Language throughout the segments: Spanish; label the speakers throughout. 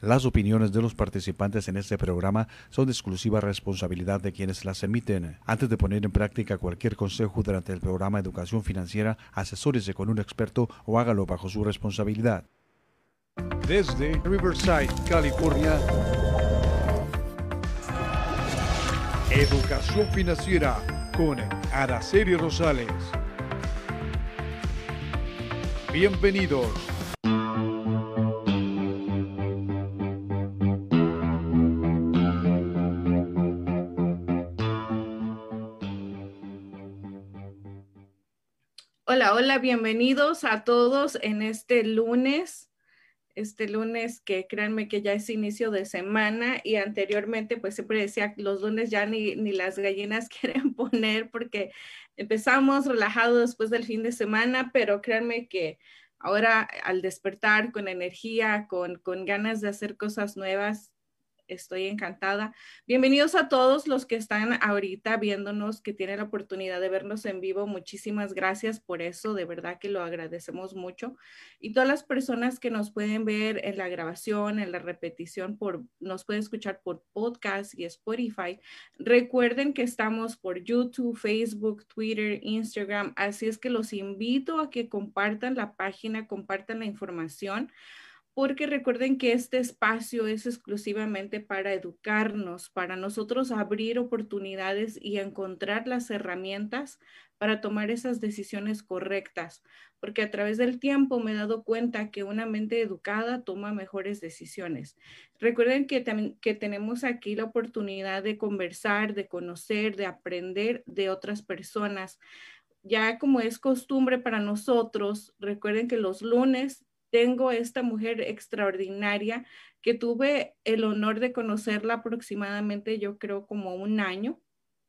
Speaker 1: Las opiniones de los participantes en este programa son de exclusiva responsabilidad de quienes las emiten. Antes de poner en práctica cualquier consejo durante el programa Educación Financiera, asesórese con un experto o hágalo bajo su responsabilidad. Desde Riverside, California, Educación Financiera con Araceli Rosales. Bienvenidos.
Speaker 2: Hola, hola, bienvenidos a todos en este lunes que créanme que ya es inicio de semana y anteriormente pues siempre decía que los lunes ya ni las gallinas quieren poner porque empezamos relajados después del fin de semana, pero créanme que ahora al despertar con energía, con ganas de hacer cosas nuevas, estoy encantada. Bienvenidos a todos los que están ahorita viéndonos, que tienen la oportunidad de vernos en vivo. Muchísimas gracias por eso, de verdad que lo agradecemos mucho. Y todas las personas que nos pueden ver en la grabación, en la repetición, nos pueden escuchar por podcast y Spotify. Recuerden que estamos por YouTube, Facebook, Twitter, Instagram, así es que los invito a que compartan la página, compartan la información, porque recuerden que este espacio es exclusivamente para educarnos, para nosotros abrir oportunidades y encontrar las herramientas para tomar esas decisiones correctas, porque a través del tiempo me he dado cuenta que una mente educada toma mejores decisiones. Recuerden que tenemos aquí la oportunidad de conversar, de conocer, de aprender de otras personas. Ya como es costumbre para nosotros, recuerden que los lunes tengo esta mujer extraordinaria que tuve el honor de conocerla aproximadamente, yo creo, como un año.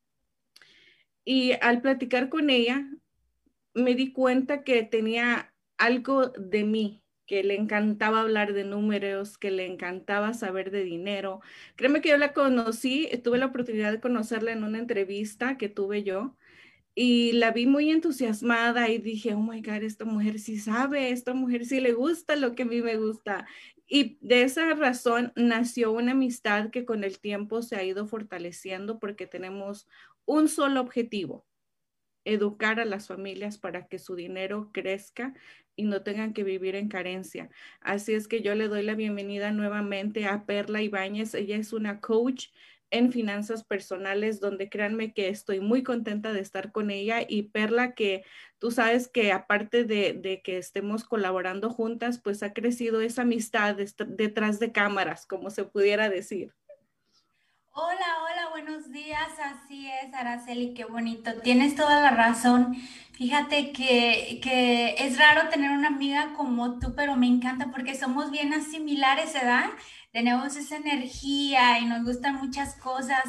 Speaker 2: Y al platicar con ella, me di cuenta que tenía algo de mí, que le encantaba hablar de números, que le encantaba saber de dinero. Créeme que yo la conocí, tuve la oportunidad de conocerla en una entrevista que tuve yo. Y la vi muy entusiasmada y dije, oh my God, esta mujer sí sabe, esta mujer sí le gusta lo que a mí me gusta. Y de esa razón nació una amistad que con el tiempo se ha ido fortaleciendo porque tenemos un solo objetivo: educar a las familias para que su dinero crezca y no tengan que vivir en carencia. Así es que yo le doy la bienvenida nuevamente a Perla Ibáñez. Ella es una coach en finanzas personales, donde créanme que estoy muy contenta de estar con ella. Y Perla, que tú sabes que aparte de que estemos colaborando juntas, pues ha crecido esa amistad detrás de cámaras, como se pudiera decir.
Speaker 3: Hola, hola, buenos días. Así es, Araceli, qué bonito. Tienes toda la razón. Fíjate que es raro tener una amiga como tú, pero me encanta porque somos bien similares, ¿verdad? Tenemos esa energía y nos gustan muchas cosas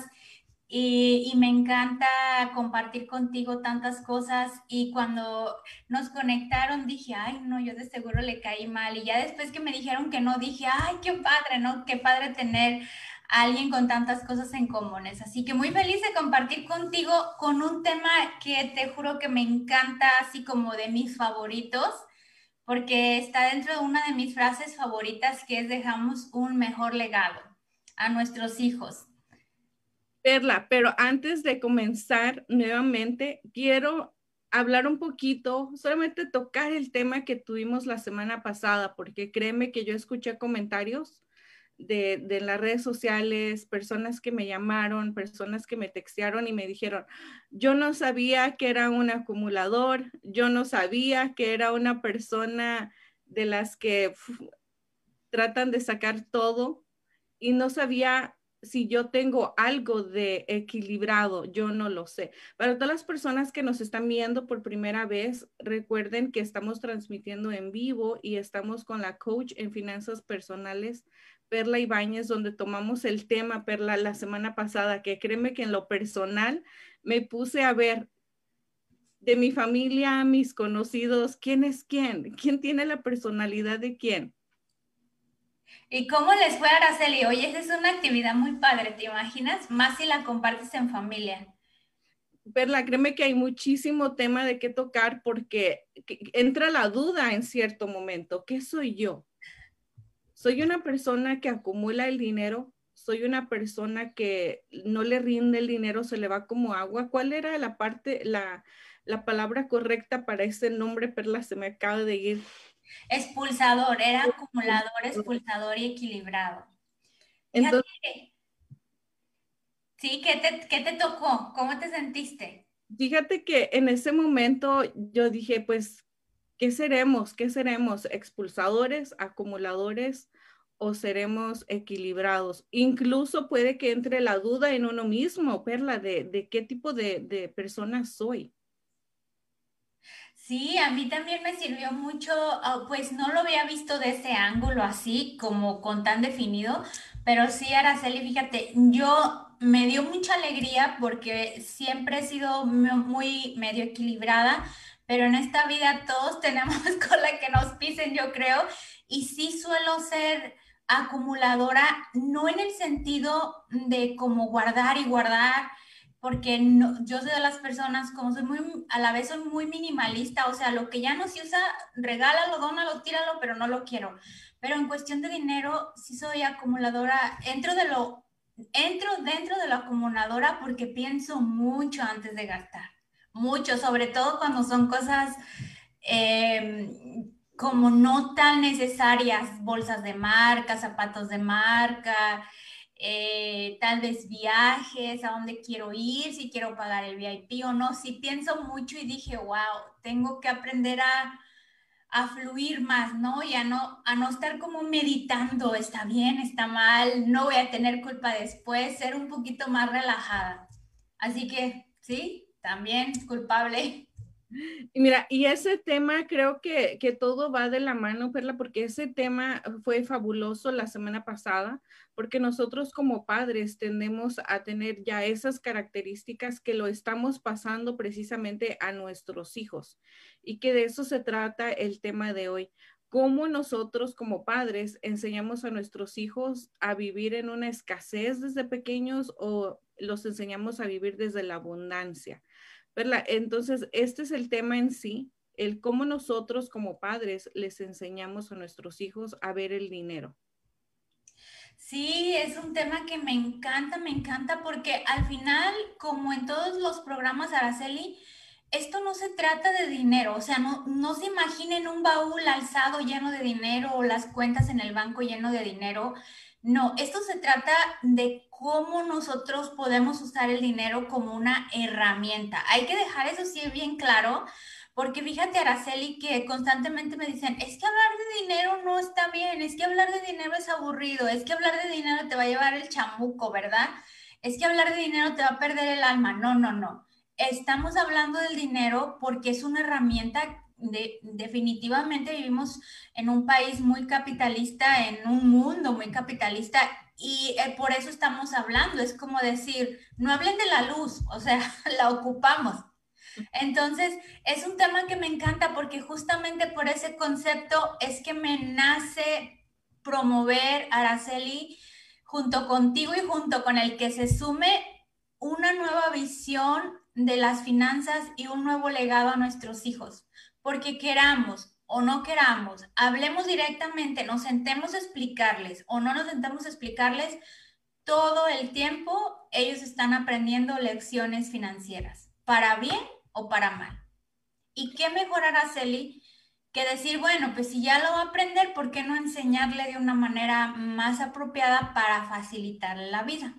Speaker 3: y me encanta compartir contigo tantas cosas. Y cuando nos conectaron dije, ay, no, yo de seguro le caí mal. Y ya después que me dijeron que no, dije, ay, qué padre, ¿no? Qué padre tener alguien con tantas cosas en comunes. Así que muy feliz de compartir contigo con un tema que te juro que me encanta, así como de mis favoritos, porque está dentro de una de mis frases favoritas, que es: dejamos un mejor legado a nuestros hijos.
Speaker 2: Perla, pero antes de comenzar nuevamente, quiero hablar un poquito, solamente tocar el tema que tuvimos la semana pasada, porque créeme que yo escuché comentarios de las redes sociales, personas que me llamaron, personas que me textearon y me dijeron, yo no sabía que era un acumulador, yo no sabía que era una persona de las que tratan de sacar todo y no sabía si yo tengo algo de equilibrado, yo no lo sé. Para todas las personas que nos están viendo por primera vez, recuerden que estamos transmitiendo en vivo y estamos con la coach en finanzas personales, Perla Ibáñez, donde tomamos el tema, Perla, la semana pasada, que créeme que en lo personal me puse a ver de mi familia, mis conocidos, quién es quién tiene la personalidad de quién.
Speaker 3: ¿Y cómo les fue a Araceli? Oye, esa es una actividad muy padre, ¿te imaginas? Más si la compartes en familia.
Speaker 2: Perla, créeme que hay muchísimo tema de qué tocar porque entra la duda en cierto momento. ¿Qué soy yo? ¿Soy una persona que acumula el dinero? ¿Soy una persona que no le rinde el dinero, se le va como agua? ¿Cuál era la palabra correcta para ese nombre, Perla? Se me acaba de ir.
Speaker 3: Expulsador, era acumulador, expulsador y equilibrado. Fíjate
Speaker 2: Entonces,
Speaker 3: que, sí, ¿qué te tocó? ¿Cómo te sentiste?
Speaker 2: fíjate que en ese momento yo dije, pues, ¿qué seremos? ¿Qué seremos? ¿Expulsadores, acumuladores o seremos equilibrados? Incluso puede que entre la duda en uno mismo, Perla, de qué tipo de persona soy.
Speaker 3: Sí, a mí también me sirvió mucho, pues no lo había visto de ese ángulo así, como con tan definido, pero sí, Araceli, fíjate, yo me dio mucha alegría porque siempre he sido muy medio equilibrada, pero en esta vida todos tenemos con la que nos pisen, yo creo, y sí suelo ser acumuladora, no en el sentido de como guardar y guardar porque yo soy de las personas, como soy muy, a la vez soy muy minimalista, o sea, lo que ya no se usa, regálalo, dónalo, tíralo, pero no lo quiero. Pero en cuestión de dinero, sí soy acumuladora, entro dentro de la acumuladora porque pienso mucho antes de gastar, mucho, sobre todo cuando son cosas como no tan necesarias, bolsas de marca, zapatos de marca, tal vez viajes, a dónde quiero ir, si quiero pagar el VIP o no. Sí pienso mucho y dije, wow, tengo que aprender a fluir más, ¿no? Y a no estar como meditando, está bien, está mal, no voy a tener culpa después, ser un poquito más relajada. Así que, sí, también culpable.
Speaker 2: Y mira, y ese tema creo que todo va de la mano, Perla, porque ese tema fue fabuloso la semana pasada, porque nosotros como padres tendemos a tener ya esas características que lo estamos pasando precisamente a nuestros hijos y que de eso se trata el tema de hoy. Cómo nosotros como padres enseñamos a nuestros hijos a vivir en una escasez desde pequeños o los enseñamos a vivir desde la abundancia. ¿Verdad? Entonces, este es el tema en sí, el cómo nosotros como padres les enseñamos a nuestros hijos a ver el dinero.
Speaker 3: Sí, es un tema que me encanta porque al final, como en todos los programas, Araceli, esto no se trata de dinero, o sea, no se imaginen un baúl alzado lleno de dinero o las cuentas en el banco lleno de dinero. No, esto se trata de cómo nosotros podemos usar el dinero como una herramienta. Hay que dejar eso sí bien claro, porque fíjate, Araceli, que constantemente me dicen, es que hablar de dinero no está bien, es que hablar de dinero es aburrido, es que hablar de dinero te va a llevar el chamuco, ¿verdad? Es que hablar de dinero te va a perder el alma. No, no, no. Estamos hablando del dinero porque es una herramienta definitivamente vivimos en un país muy capitalista, en un mundo muy capitalista y por eso estamos hablando. Es como decir, no hablen de la luz, o sea, la ocupamos. Entonces, es un tema que me encanta porque justamente por ese concepto es que me nace promover, Araceli, junto contigo y junto con el que se sume una nueva visión de las finanzas y un nuevo legado a nuestros hijos. Porque queramos o no queramos, hablemos directamente, nos sentemos a explicarles o no nos sentemos a explicarles, todo el tiempo ellos están aprendiendo lecciones financieras, para bien o para mal. ¿Y qué mejor, Araceli, que decir, bueno, pues si ya lo va a aprender, ¿por qué no enseñarle de una manera más apropiada para facilitarle la vida?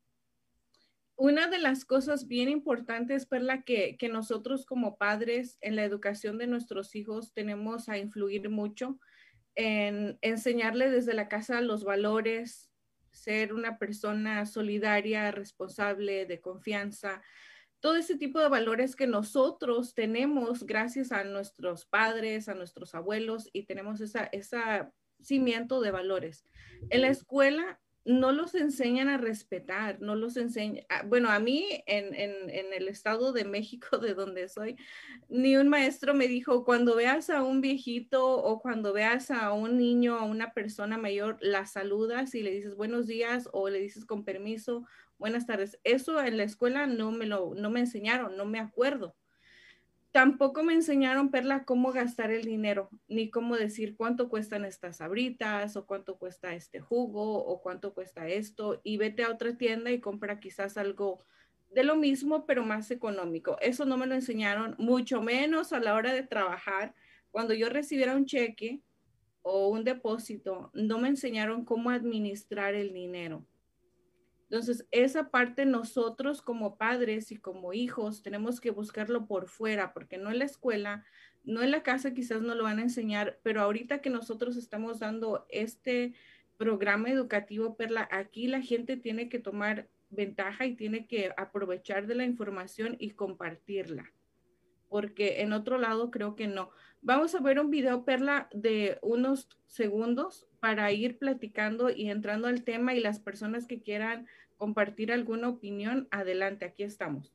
Speaker 2: Una de las cosas bien importantes, Perla, que nosotros como padres en la educación de nuestros hijos tenemos a influir mucho en enseñarle desde la casa los valores, ser una persona solidaria, responsable, de confianza, todo ese tipo de valores que nosotros tenemos gracias a nuestros padres, a nuestros abuelos y tenemos esa cimiento de valores. En la escuela no los enseñan a respetar, no los enseñan, bueno, a mí en el estado de México, de donde soy, ni un maestro me dijo, cuando veas a un viejito o cuando veas a un niño, a una persona mayor, la saludas y le dices buenos días o le dices con permiso, buenas tardes. Eso en la escuela no me enseñaron, no me acuerdo. tampoco me enseñaron, Perla, cómo gastar el dinero, ni cómo decir cuánto cuestan estas sabritas, o cuánto cuesta este jugo, o cuánto cuesta esto, y vete a otra tienda y compra quizás algo de lo mismo, pero más económico. Eso no me lo enseñaron, mucho menos a la hora de trabajar. Cuando yo recibiera un cheque o un depósito, no me enseñaron cómo administrar el dinero. Entonces, esa parte nosotros como padres y como hijos tenemos que buscarlo por fuera, porque no en la escuela, no en la casa quizás no lo van a enseñar, pero ahorita que nosotros estamos dando este programa educativo, Perla, aquí la gente tiene que tomar ventaja y tiene que aprovechar de la información y compartirla, porque en otro lado creo que no. Vamos a ver un video, Perla, de unos segundos para ir platicando y entrando al tema, y las personas que quieran compartir alguna opinión, adelante, aquí estamos.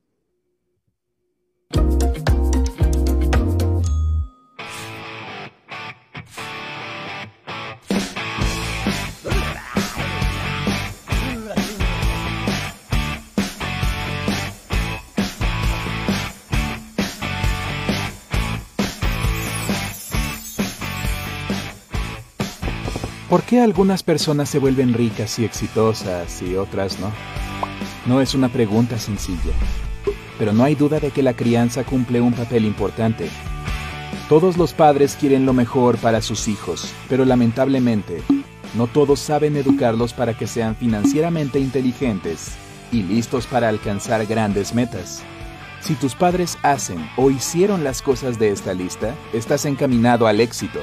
Speaker 4: ¿Por qué algunas personas se vuelven ricas y exitosas y otras no? No es una pregunta sencilla, pero no hay duda de que la crianza cumple un papel importante. Todos los padres quieren lo mejor para sus hijos, pero lamentablemente, no todos saben educarlos para que sean financieramente inteligentes y listos para alcanzar grandes metas. Si tus padres hacen o hicieron las cosas de esta lista, estás encaminado al éxito.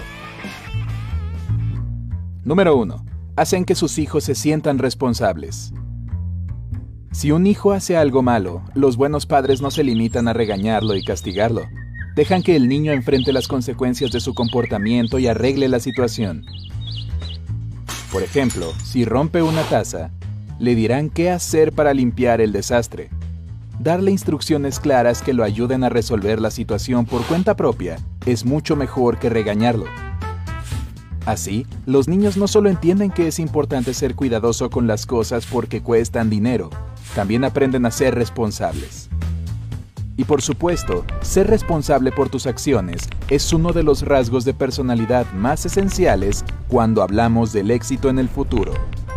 Speaker 4: Número 1. Hacen que sus hijos se sientan responsables. Si un hijo hace algo malo, los buenos padres no se limitan a regañarlo y castigarlo. Dejan que el niño enfrente las consecuencias de su comportamiento y arregle la situación. Por ejemplo, si rompe una taza, le dirán qué hacer para limpiar el desastre. Darle instrucciones claras que lo ayuden a resolver la situación por cuenta propia es mucho mejor que regañarlo. Así, los niños no solo entienden que es importante ser cuidadoso con las cosas porque cuestan dinero, también aprenden a ser responsables. Y por supuesto, ser responsable por tus acciones es uno de los rasgos de personalidad más esenciales cuando hablamos del éxito en el futuro.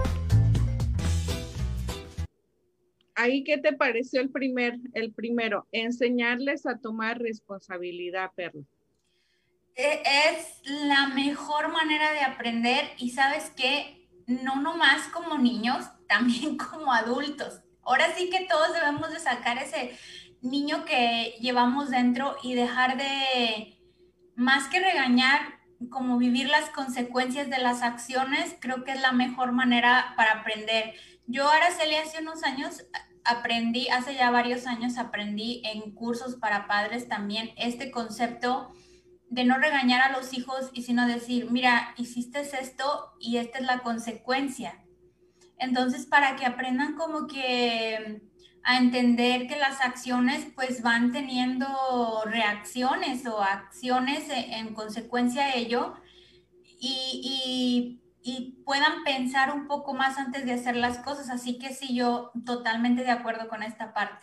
Speaker 2: Ahí, ¿qué te pareció el primero? Enseñarles a tomar responsabilidad, Perla.
Speaker 3: Es la mejor manera de aprender, y ¿sabes qué? No nomás como niños, también como adultos. Ahora sí que todos debemos de sacar ese niño que llevamos dentro y dejar de, más que regañar, como vivir las consecuencias de las acciones. Creo que es la mejor manera para aprender. Yo, Araceli, hace ya varios años aprendí en cursos para padres también este concepto de no regañar a los hijos, y sino decir, mira, hiciste esto y esta es la consecuencia. Entonces, para que aprendan como que a entender que las acciones pues van teniendo reacciones o acciones en consecuencia de ello, y puedan pensar un poco más antes de hacer las cosas. Así que sí, yo totalmente de acuerdo con esta parte.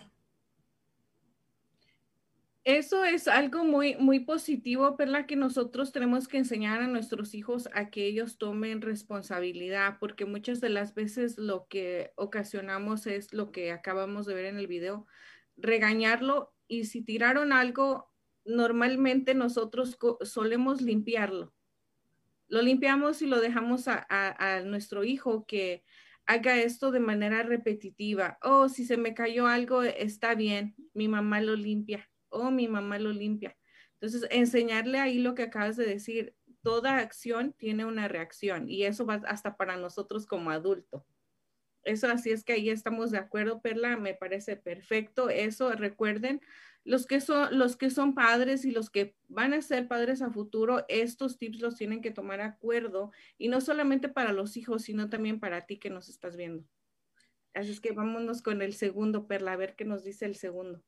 Speaker 2: Eso es algo muy, muy positivo, Perla, que nosotros tenemos que enseñar a nuestros hijos a que ellos tomen responsabilidad, porque muchas de las veces lo que ocasionamos es lo que acabamos de ver en el video, regañarlo, y si tiraron algo, normalmente nosotros solemos limpiarlo. Lo limpiamos y lo dejamos a nuestro hijo que haga esto de manera repetitiva. Oh, si se me cayó algo, está bien, mi mamá lo limpia. O mi mamá lo limpia. Entonces, enseñarle ahí lo que acabas de decir, toda acción tiene una reacción, y eso va hasta para nosotros como adultos. Eso, así es que ahí estamos de acuerdo, Perla, me parece perfecto. Eso, recuerden, los que son padres y los que van a ser padres a futuro, estos tips los tienen que tomar de acuerdo, y no solamente para los hijos, sino también para ti que nos estás viendo. Así es que vámonos con el segundo, Perla, a ver qué nos dice el segundo.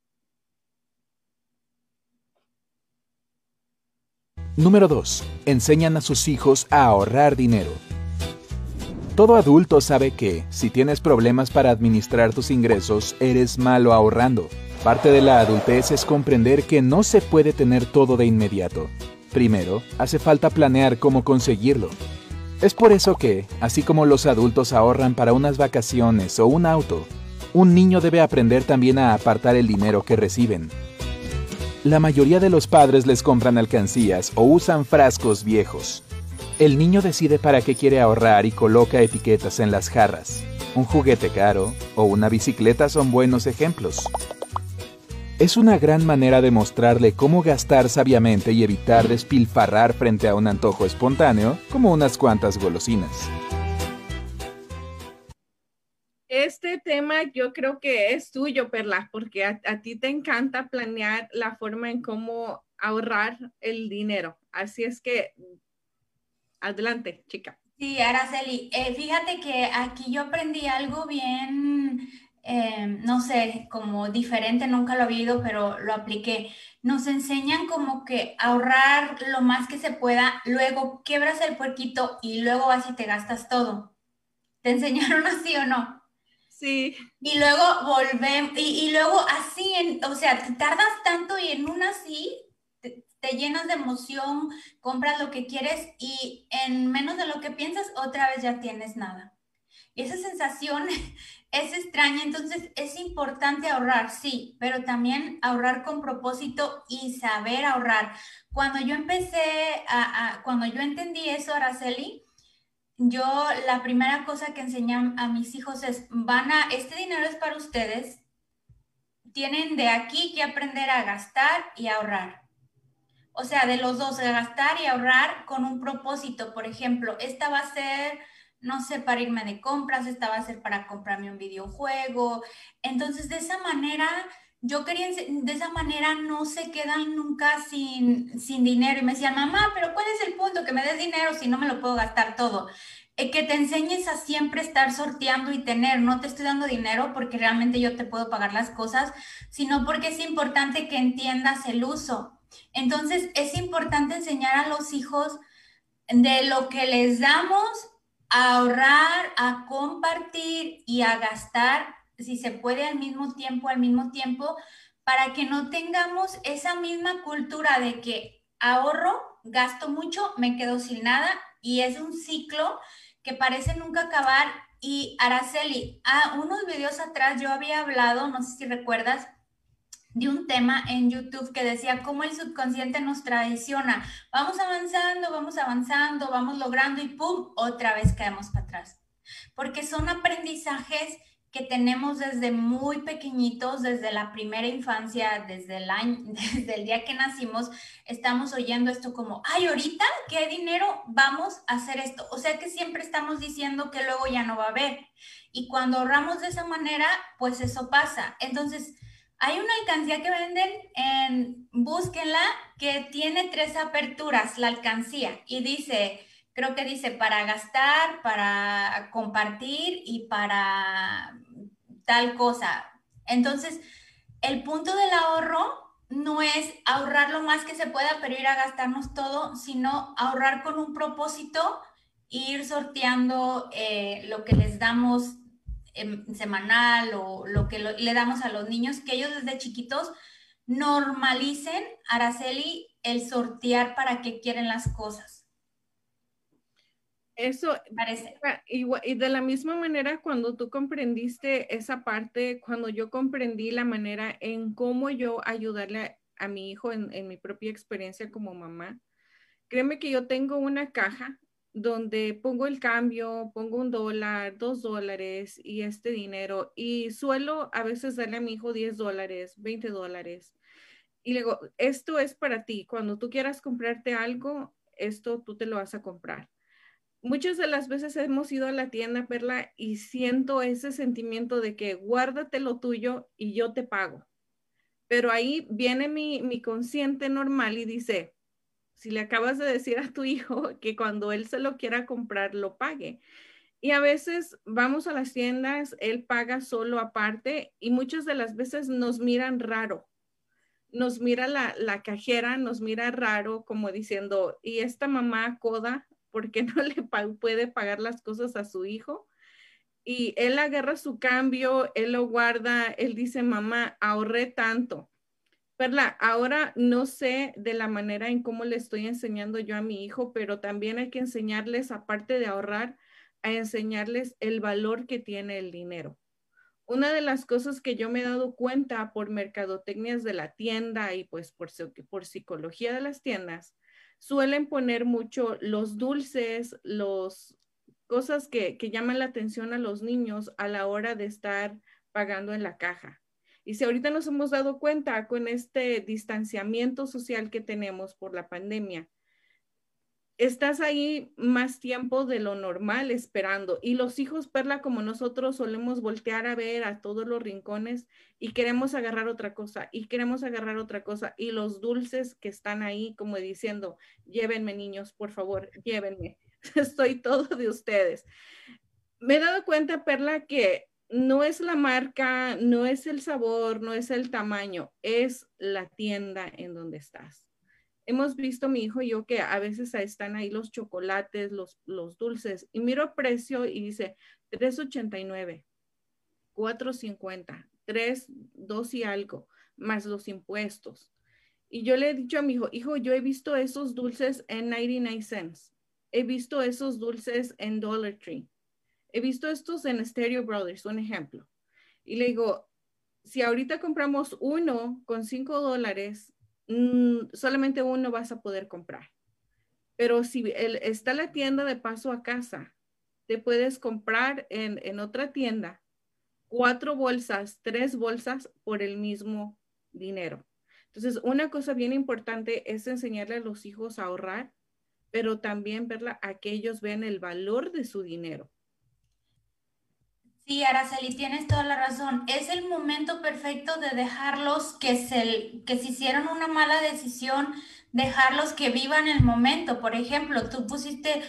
Speaker 4: Número 2. Enseñan a sus hijos a ahorrar dinero. Todo adulto sabe que, si tienes problemas para administrar tus ingresos, eres malo ahorrando. Parte de la adultez es comprender que no se puede tener todo de inmediato. Primero, hace falta planear cómo conseguirlo. Es por eso que, así como los adultos ahorran para unas vacaciones o un auto, un niño debe aprender también a apartar el dinero que reciben. La mayoría de los padres les compran alcancías o usan frascos viejos. El niño decide para qué quiere ahorrar y coloca etiquetas en las jarras. Un juguete caro o una bicicleta son buenos ejemplos. Es una gran manera de mostrarle cómo gastar sabiamente y evitar despilfarrar frente a un antojo espontáneo, como unas cuantas golosinas.
Speaker 2: Este tema yo creo que es tuyo, Perla, porque a ti te encanta planear la forma en cómo ahorrar el dinero. Así es que, adelante, chica.
Speaker 3: Sí, Araceli, fíjate que aquí yo aprendí algo bien, no sé, como diferente, nunca lo había oído, pero lo apliqué. Nos enseñan como que ahorrar lo más que se pueda, luego quebras el puerquito y luego vas y te gastas todo. ¿Te enseñaron así o no?
Speaker 2: Sí.
Speaker 3: Y luego volvemos, y luego así, o sea, te tardas tanto y en una así te llenas de emoción, compras lo que quieres y en menos de lo que piensas, otra vez ya tienes nada. Y esa sensación es extraña, entonces es importante ahorrar, sí, pero también ahorrar con propósito y saber ahorrar. Cuando yo cuando yo entendí eso, Araceli, yo la primera cosa que enseñé a mis hijos es, este dinero es para ustedes, tienen de aquí que aprender a gastar y ahorrar. O sea, de los dos, de gastar y ahorrar con un propósito. Por ejemplo, esta va a ser, no sé, para irme de compras, esta va a ser para comprarme un videojuego. Entonces, de esa manera, de esa manera no se quedan nunca sin dinero. Y me decían, mamá, pero ¿cuál es el punto? Que me des dinero si no me lo puedo gastar todo. Que te enseñes a siempre estar sorteando y tener. No te estoy dando dinero porque realmente yo te puedo pagar las cosas, sino porque es importante que entiendas el uso. Entonces, es importante enseñar a los hijos de lo que les damos, a ahorrar, a compartir y a gastar, si se puede al mismo tiempo, para que no tengamos esa misma cultura de que ahorro, gasto mucho, me quedo sin nada y es un ciclo que parece nunca acabar. Y Araceli, unos videos atrás yo había hablado, no sé si recuerdas, de un tema en YouTube que decía cómo el subconsciente nos traiciona. Vamos avanzando, vamos logrando y ¡pum! Otra vez caemos para atrás. Porque son aprendizajes que tenemos desde muy pequeñitos, desde la primera infancia, desde el día que nacimos, estamos oyendo esto como, ay, ahorita, ¿qué dinero vamos a hacer esto? O sea que siempre estamos diciendo que luego ya no va a haber. Y cuando ahorramos de esa manera, pues eso pasa. Entonces, hay una alcancía que venden, búsquenla, que tiene 3 aperturas, la alcancía, y dice, creo que dice para gastar, para compartir y para tal cosa. Entonces, el punto del ahorro no es ahorrar lo más que se pueda, pero ir a gastarnos todo, sino ahorrar con un propósito e ir sorteando lo que les damos semanal o lo que le damos a los niños, que ellos desde chiquitos normalicen, Araceli, el sortear para qué quieren las cosas.
Speaker 2: Eso
Speaker 3: parece.
Speaker 2: Y de la misma manera, cuando tú comprendiste esa parte, cuando yo comprendí la manera en cómo yo ayudarle a mi hijo en mi propia experiencia como mamá, créeme que yo tengo una caja donde pongo el cambio, pongo $1, $2 y este dinero, y suelo a veces darle a mi hijo $10, $20. Y le digo, esto es para ti. Cuando tú quieras comprarte algo, esto tú te lo vas a comprar. Muchas de las veces hemos ido a la tienda, Perla, y siento ese sentimiento de que guárdate lo tuyo y yo te pago. Pero ahí viene mi consciente normal y dice, si le acabas de decir a tu hijo que cuando él se lo quiera comprar, lo pague. Y a veces vamos a las tiendas, él paga solo aparte y muchas de las veces nos miran raro. Nos mira la cajera, nos mira raro como diciendo, ¿y esta mamá coda por qué no le puede pagar las cosas a su hijo? Y él agarra su cambio, él lo guarda, él dice, mamá, ahorré tanto. Perla, ahora no sé de la manera en cómo le estoy enseñando yo a mi hijo, pero también hay que enseñarles, aparte de ahorrar, a enseñarles el valor que tiene el dinero. Una de las cosas que yo me he dado cuenta por mercadotecnias de la tienda y pues por psicología de las tiendas, suelen poner mucho los dulces, los cosas que llaman la atención a los niños a la hora de estar pagando en la caja. Y si ahorita nos hemos dado cuenta con este distanciamiento social que tenemos por la pandemia, estás ahí más tiempo de lo normal esperando. Y los hijos, Perla, como nosotros solemos voltear a ver a todos los rincones y queremos agarrar otra cosa y queremos agarrar otra cosa. Y los dulces que están ahí como diciendo, llévenme niños, por favor, llévenme. Estoy todo de ustedes. Me he dado cuenta, Perla, que no es la marca, no es el sabor, no es el tamaño, es la tienda en donde estás. Hemos visto mi hijo y yo que a veces están ahí los chocolates, los dulces, y miro precio y dice 3.89, 4.50, 3, 2 y algo, más los impuestos. Y yo le he dicho a mi hijo, hijo, yo he visto esos dulces en 99 cents, he visto esos dulces en Dollar Tree, he visto estos en Stereo Brothers, un ejemplo. Y le digo, si ahorita compramos uno con $5, solamente uno vas a poder comprar. Pero si está la tienda de paso a casa, te puedes comprar en otra tienda 4 bolsas, 3 bolsas por el mismo dinero. Entonces, una cosa bien importante es enseñarle a los hijos a ahorrar, pero también verla a que ellos vean el valor de su dinero.
Speaker 3: Sí, Araceli, tienes toda la razón. Es el momento perfecto de dejarlos que si hicieron una mala decisión, dejarlos que vivan el momento. Por ejemplo, tú pusiste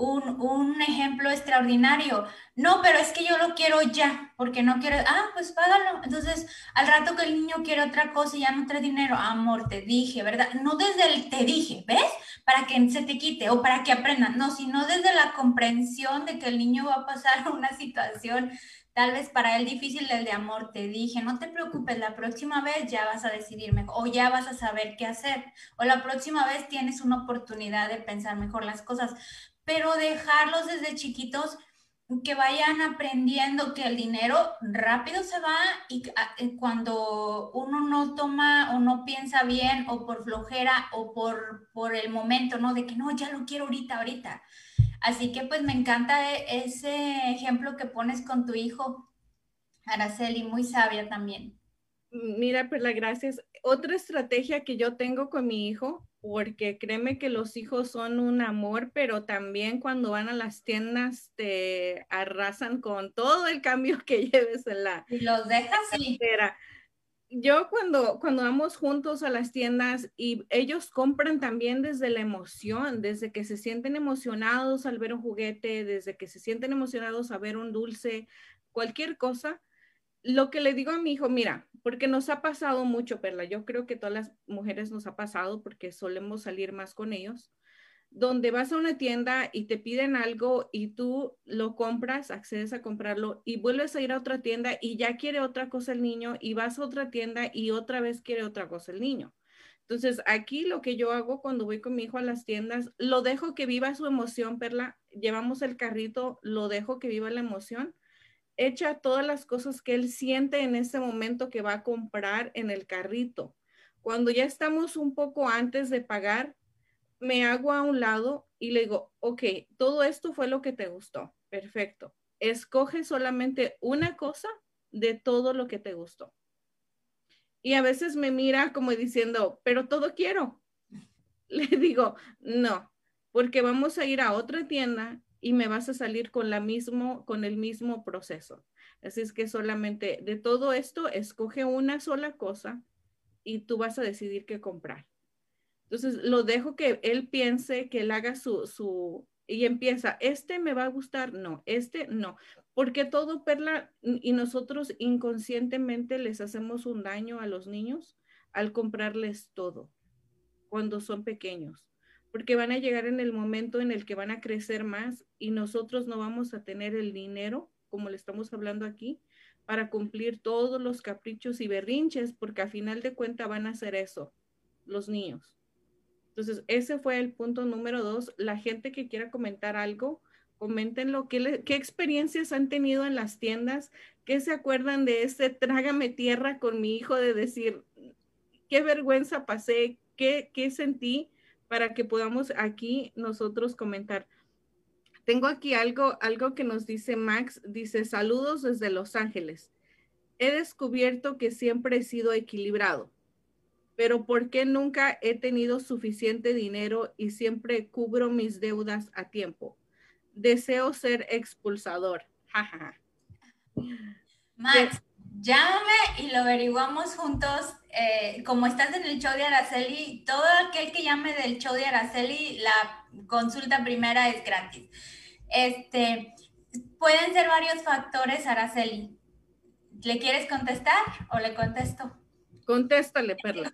Speaker 3: un ejemplo extraordinario. No, pero es que yo lo quiero ya, porque no quiero, pues págalo. Entonces, al rato que el niño quiere otra cosa y ya no trae dinero, amor, te dije, ¿verdad? No desde el te dije, ¿ves? Para que se te quite o para que aprendan, no, sino desde la comprensión de que el niño va a pasar una situación tal vez para él difícil el de amor, te dije, no te preocupes, la próxima vez ya vas a decidir mejor, o ya vas a saber qué hacer, o la próxima vez tienes una oportunidad de pensar mejor las cosas, pero dejarlos desde chiquitos que vayan aprendiendo que el dinero rápido se va y cuando uno no toma o no piensa bien o por flojera o por el momento, ¿no? De que no, ya lo quiero ahorita, ahorita. Así que pues me encanta ese ejemplo que pones con tu hijo, Araceli, muy sabia también.
Speaker 2: Mira, Perla, gracias. Otra estrategia que yo tengo con mi hijo, porque créeme que los hijos son un amor, pero también cuando van a las tiendas te arrasan con todo el cambio que lleves en la
Speaker 3: Si los dejas, sí.
Speaker 2: cartera. Yo cuando vamos juntos a las tiendas y ellos compran también desde la emoción, desde que se sienten emocionados al ver un juguete, desde que se sienten emocionados a ver un dulce, cualquier cosa, lo que le digo a mi hijo, mira, porque nos ha pasado mucho, Perla, yo creo que todas las mujeres nos ha pasado porque solemos salir más con ellos, donde vas a una tienda y te piden algo y tú lo compras, accedes a comprarlo y vuelves a ir a otra tienda y ya quiere otra cosa el niño y vas a otra tienda y otra vez quiere otra cosa el niño. Entonces, aquí lo que yo hago cuando voy con mi hijo a las tiendas, lo dejo que viva su emoción, Perla, llevamos el carrito, lo dejo que viva la emoción, echa todas las cosas que él siente en ese momento que va a comprar en el carrito. Cuando ya estamos un poco antes de pagar, me hago a un lado y le digo, ok, todo esto fue lo que te gustó. Perfecto. Escoge solamente una cosa de todo lo que te gustó. Y a veces me mira como diciendo, pero todo quiero. Le digo, no, porque vamos a ir a otra tienda y me vas a salir con con el mismo proceso. Así es que solamente de todo esto, escoge una sola cosa y tú vas a decidir qué comprar. Entonces lo dejo que él piense, que él haga y empieza, este me va a gustar, no, este no, porque todo, Perla, y nosotros inconscientemente les hacemos un daño a los niños al comprarles todo cuando son pequeños, porque van a llegar en el momento en el que van a crecer más y nosotros no vamos a tener el dinero como le estamos hablando aquí, para cumplir todos los caprichos y berrinches, porque a final de cuentas van a hacer eso, los niños. Entonces, ese fue el punto número 2. La gente que quiera comentar algo, coméntenlo. ¿Qué experiencias han tenido en las tiendas? ¿Qué se acuerdan de ese trágame tierra con mi hijo de decir, qué vergüenza pasé, qué sentí, para que podamos aquí nosotros comentar? Tengo aquí algo que nos dice Max. Dice, saludos desde Los Ángeles. He descubierto que siempre he sido equilibrado, pero ¿por qué nunca he tenido suficiente dinero y siempre cubro mis deudas a tiempo? Deseo ser expulsador. Jajaja.
Speaker 3: Max, llámame y lo averiguamos juntos. Como estás en el show de Araceli, todo aquel que llame del show de Araceli, la consulta primera es gratis. Pueden ser varios factores, Araceli. ¿Le quieres contestar o le contesto?
Speaker 2: Contéstale, Perla.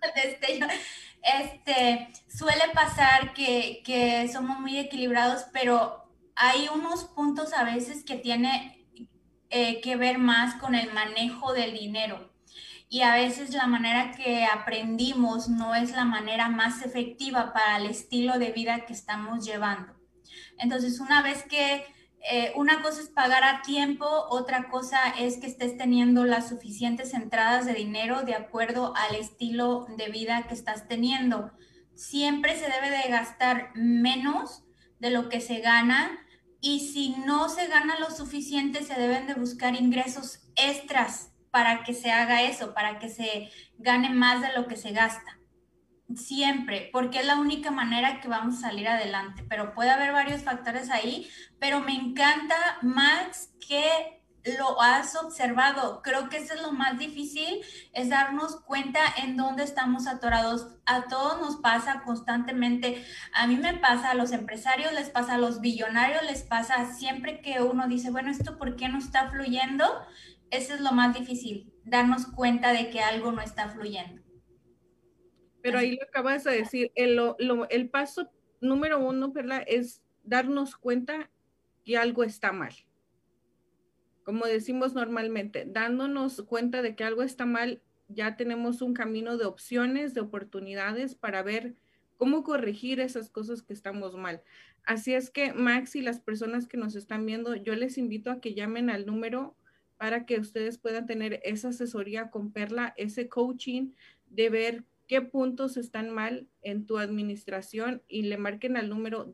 Speaker 3: Suele pasar que somos muy equilibrados, pero hay unos puntos a veces que tiene que ver más con el manejo del dinero. Y a veces la manera que aprendimos no es la manera más efectiva para el estilo de vida que estamos llevando. Entonces, una vez que una cosa es pagar a tiempo, otra cosa es que estés teniendo las suficientes entradas de dinero de acuerdo al estilo de vida que estás teniendo. Siempre se debe de gastar menos de lo que se gana, y si no se gana lo suficiente, se deben de buscar ingresos extras para que se haga eso, para que se gane más de lo que se gasta. Siempre, porque es la única manera que vamos a salir adelante, pero puede haber varios factores ahí, pero me encanta, Max, que lo has observado. Creo que eso es lo más difícil, es darnos cuenta en dónde estamos atorados. A todos nos pasa constantemente, a mí me pasa, a los empresarios les pasa, a los billonarios les pasa, siempre que uno dice, bueno, ¿esto por qué no está fluyendo? Eso es lo más difícil, darnos cuenta de que algo no está fluyendo.
Speaker 2: Pero ahí lo acabas de decir, el paso número 1, Perla, es darnos cuenta que algo está mal. Como decimos normalmente, dándonos cuenta de que algo está mal, ya tenemos un camino de opciones, de oportunidades para ver cómo corregir esas cosas que estamos mal. Así es que, Max, y las personas que nos están viendo, yo les invito a que llamen al número para que ustedes puedan tener esa asesoría con Perla, ese coaching de ver qué puntos están mal en tu administración, y le marquen al número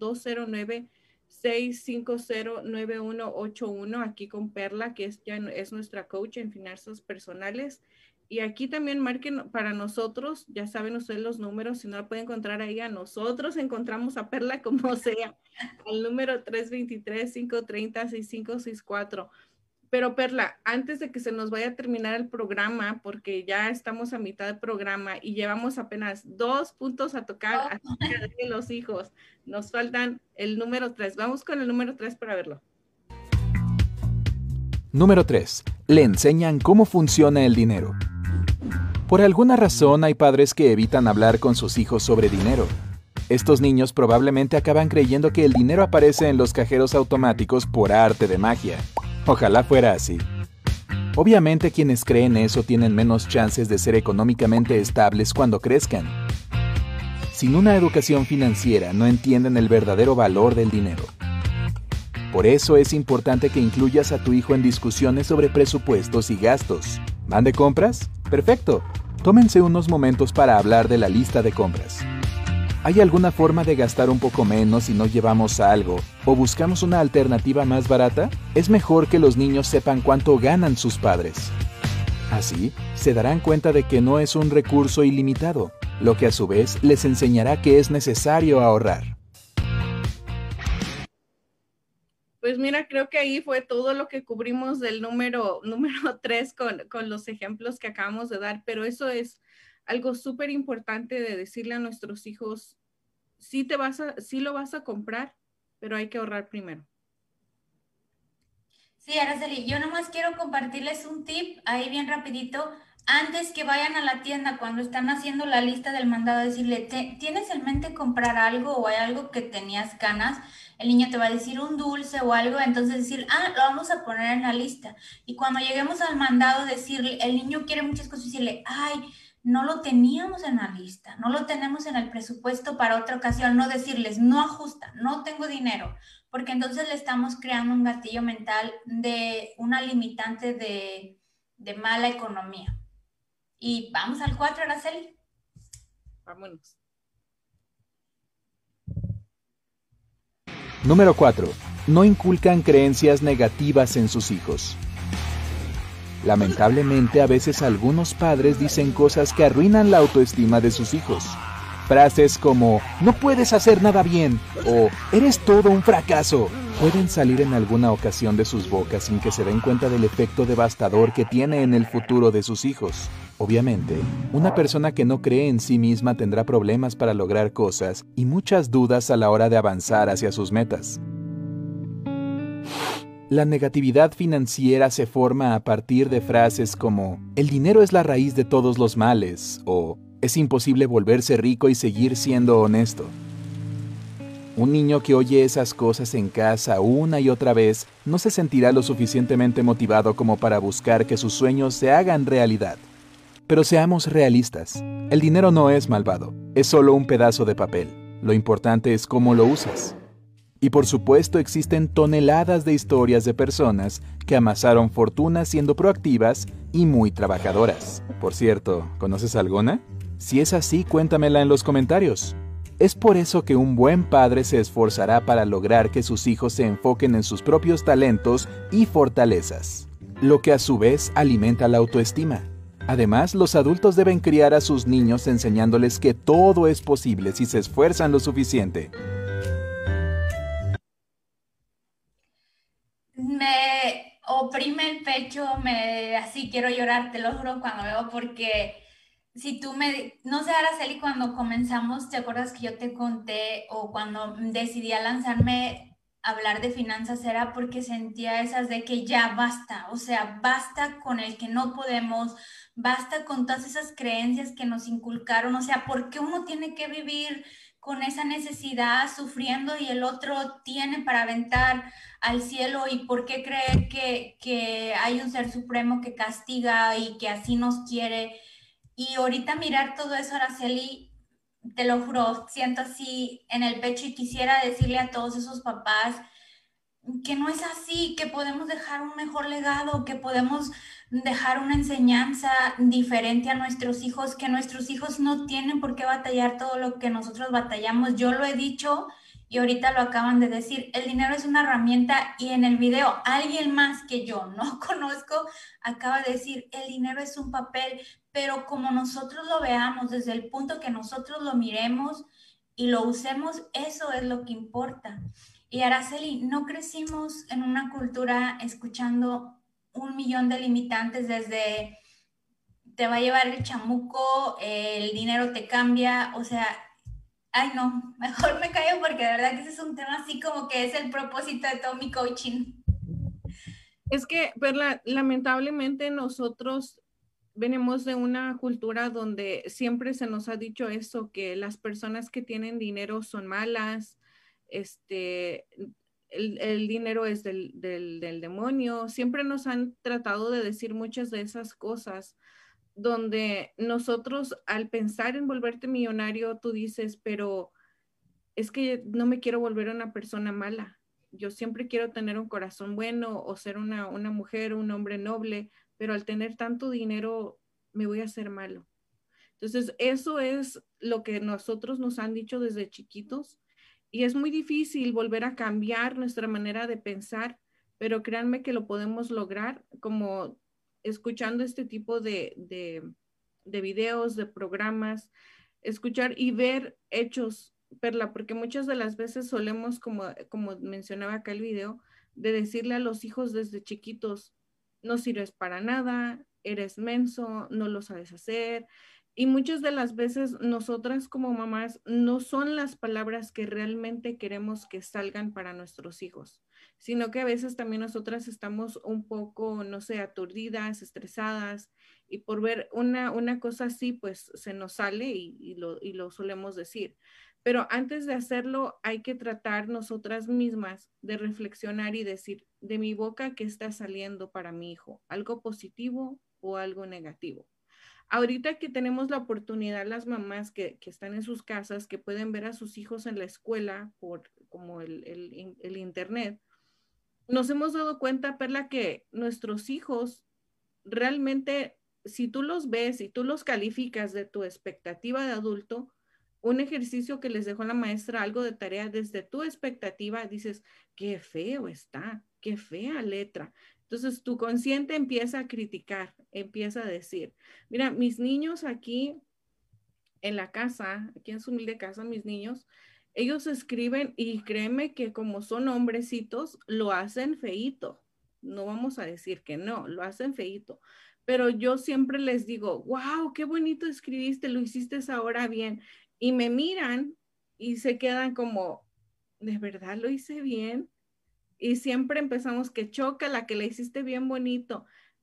Speaker 2: 209-650-9181 aquí con Perla, que es nuestra coach en finanzas personales. Y aquí también marquen para nosotros, ya saben ustedes los números, si no la pueden encontrar ahí, a nosotros encontramos a Perla como sea, al número 323-530-6564. Pero Perla, antes de que se nos vaya a terminar el programa, porque ya estamos a mitad del programa y llevamos apenas 2 puntos a tocar acerca de los hijos, nos faltan el número 3. Vamos con el número 3 para verlo.
Speaker 4: Número 3. Le enseñan cómo funciona el dinero. Por alguna razón hay padres que evitan hablar con sus hijos sobre dinero. Estos niños probablemente acaban creyendo que el dinero aparece en los cajeros automáticos por arte de magia. Ojalá fuera así. Obviamente quienes creen eso tienen menos chances de ser económicamente estables cuando crezcan. Sin una educación financiera no entienden el verdadero valor del dinero. Por eso es importante que incluyas a tu hijo en discusiones sobre presupuestos y gastos. ¿Van de compras? Perfecto. Tómense unos momentos para hablar de la lista de compras. ¿Hay alguna forma de gastar un poco menos si no llevamos algo o buscamos una alternativa más barata? Es mejor que los niños sepan cuánto ganan sus padres. Así, se darán cuenta de que no es un recurso ilimitado, lo que a su vez les enseñará que es necesario ahorrar.
Speaker 2: Pues mira, creo que ahí fue todo lo que cubrimos del número 3 con los ejemplos que acabamos de dar, pero eso es algo súper importante de decirle a nuestros hijos, sí lo vas a comprar, pero hay que ahorrar primero.
Speaker 3: Sí, Araceli, yo nomás quiero compartirles un tip ahí bien rapidito. antes que vayan a la tienda, cuando están haciendo la lista del mandado, decirle, ¿tienes en mente comprar algo o hay algo que tenías ganas? El niño te va a decir un dulce o algo, entonces decir, lo vamos a poner en la lista. Y cuando lleguemos al mandado, decirle, el niño quiere muchas cosas, decirle, ay, no lo teníamos en la lista, no lo tenemos en el presupuesto para otra ocasión, no decirles, no ajusta, no tengo dinero, porque entonces le estamos creando un gatillo mental de una limitante de mala economía. Y vamos al 4, Araceli.
Speaker 2: Vámonos.
Speaker 4: Número 4. No inculcan creencias negativas en sus hijos. Lamentablemente, a veces algunos padres dicen cosas que arruinan la autoestima de sus hijos. Frases como, no puedes hacer nada bien, o eres todo un fracaso, pueden salir en alguna ocasión de sus bocas sin que se den cuenta del efecto devastador que tiene en el futuro de sus hijos. Obviamente, una persona que no cree en sí misma tendrá problemas para lograr cosas y muchas dudas a la hora de avanzar hacia sus metas. La negatividad financiera se forma a partir de frases como el dinero es la raíz de todos los males o es imposible volverse rico y seguir siendo honesto. Un niño que oye esas cosas en casa una y otra vez no se sentirá lo suficientemente motivado como para buscar que sus sueños se hagan realidad. Pero seamos realistas, el dinero no es malvado, es solo un pedazo de papel. Lo importante es cómo lo usas. Y por supuesto existen toneladas de historias de personas que amasaron fortunas siendo proactivas y muy trabajadoras. Por cierto, ¿conoces alguna? Si es así, cuéntamela en los comentarios. Es por eso que un buen padre se esforzará para lograr que sus hijos se enfoquen en sus propios talentos y fortalezas, lo que a su vez alimenta la autoestima. Además, los adultos deben criar a sus niños enseñándoles que todo es posible si se esfuerzan lo suficiente.
Speaker 3: Me oprime el pecho, así quiero llorar, te lo juro, cuando veo, porque si tú no sé, Araceli, cuando comenzamos, ¿te acuerdas que yo te conté o cuando decidí a lanzarme a hablar de finanzas era porque sentía esas de que ya basta, o sea, basta con el que no podemos, basta con todas esas creencias que nos inculcaron, o sea, ¿por qué uno tiene que vivir con esa necesidad sufriendo y el otro tiene para aventar al cielo? ¿Y por qué creer que hay un ser supremo que castiga y que así nos quiere? Y ahorita mirar todo eso, Araceli, te lo juro, siento así en el pecho y quisiera decirle a todos esos papás que no es así, que podemos dejar un mejor legado, que podemos dejar una enseñanza diferente a nuestros hijos, que nuestros hijos no tienen por qué batallar todo lo que nosotros batallamos. Yo lo he dicho y ahorita lo acaban de decir, el dinero es una herramienta y en el video alguien más que yo no conozco acaba de decir, el dinero es un papel, pero como nosotros lo veamos, desde el punto que nosotros lo miremos y lo usemos, eso es lo que importa. Y Araceli, no crecimos en una cultura escuchando 1 millón de limitantes desde te va a llevar el chamuco, el dinero te cambia, o sea, ay no, mejor me callo porque de verdad que ese es un tema así como que es el propósito de todo mi coaching.
Speaker 2: Es que, Perla, lamentablemente nosotros venimos de una cultura donde siempre se nos ha dicho eso, que las personas que tienen dinero son malas, el dinero es del demonio. Siempre nos han tratado de decir muchas de esas cosas, donde nosotros al pensar en volverte millonario, tú dices, pero es que no me quiero volver una persona mala. Yo siempre quiero tener un corazón bueno o ser una mujer, un hombre noble, pero al tener tanto dinero me voy a hacer malo. Entonces, eso es lo que nosotros nos han dicho desde chiquitos y es muy difícil volver a cambiar nuestra manera de pensar, pero créanme que lo podemos lograr como escuchando este tipo de videos, de programas, escuchar y ver hechos, Perla, porque muchas de las veces solemos, como mencionaba acá el video, de decirle a los hijos desde chiquitos, no sirves para nada, eres menso, no lo sabes hacer, Y muchas de las veces nosotras como mamás no son las palabras que realmente queremos que salgan para nuestros hijos, sino que a veces también nosotras estamos un poco, no sé, aturdidas, estresadas, y por ver una cosa así, pues se nos sale y lo solemos decir. Pero antes de hacerlo, hay que tratar nosotras mismas de reflexionar y decir, de mi boca, ¿qué está saliendo para mi hijo? ¿Algo positivo o algo negativo? Ahorita que tenemos la oportunidad, las mamás que están en sus casas, que pueden ver a sus hijos en la escuela por como el internet, nos hemos dado cuenta, Perla, que nuestros hijos realmente, si tú los ves y tú los calificas de tu expectativa de adulto, un ejercicio que les dejó la maestra, algo de tarea desde tu expectativa, dices, qué feo está, qué fea letra. Entonces tu consciente empieza a criticar, empieza a decir, mira, mis niños aquí en la casa, aquí en su humilde casa, mis niños, ellos escriben y créeme que como son hombrecitos, lo hacen feíto. No vamos a decir que no, lo hacen feíto. Pero yo siempre les digo, wow, qué bonito escribiste, lo hiciste ahora bien. Y me miran y se quedan como, ¿de verdad lo hice bien? Y siempre empezamos que choca la que le hiciste bien bonito.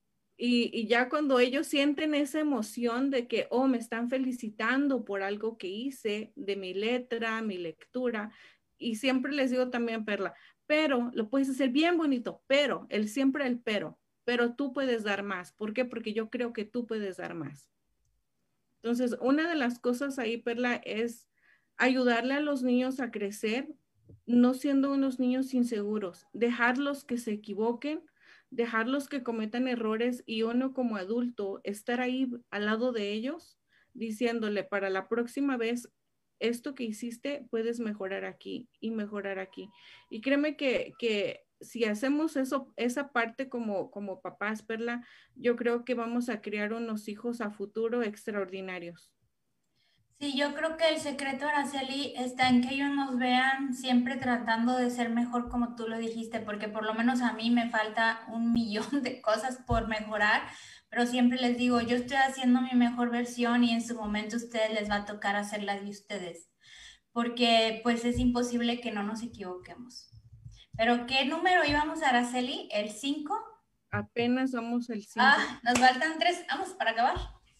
Speaker 2: Y ya cuando ellos sienten esa emoción de que, oh, me están felicitando por algo que hice, de mi letra, mi lectura, y siempre les digo también, Perla, pero lo puedes hacer bien bonito, pero, siempre el pero tú puedes dar más. ¿Por qué? Porque yo creo que tú puedes dar más. Entonces, una de las cosas ahí, Perla, es ayudarle a los niños a crecer, no siendo unos niños inseguros, dejarlos que se equivoquen, dejarlos que cometan errores y uno como adulto estar ahí al lado de ellos, diciéndole para la próxima vez, esto que hiciste puedes mejorar aquí y mejorar aquí. Y créeme que si hacemos eso, esa parte como papás, Perla, yo creo que vamos a criar unos hijos a futuro extraordinarios.
Speaker 3: Sí, yo creo que el secreto, Araceli, está en que ellos nos vean siempre tratando de ser mejor como tú lo dijiste, porque por lo menos a mí me falta un millón de cosas por mejorar, pero siempre les digo, yo estoy haciendo mi mejor versión y en su momento a ustedes les va a tocar hacer la de ustedes, porque pues es imposible que no nos equivoquemos. Pero ¿qué número íbamos, Araceli? ¿El 5?
Speaker 2: Apenas somos el 5.
Speaker 3: Ah, nos faltan 3. Vamos para acabar.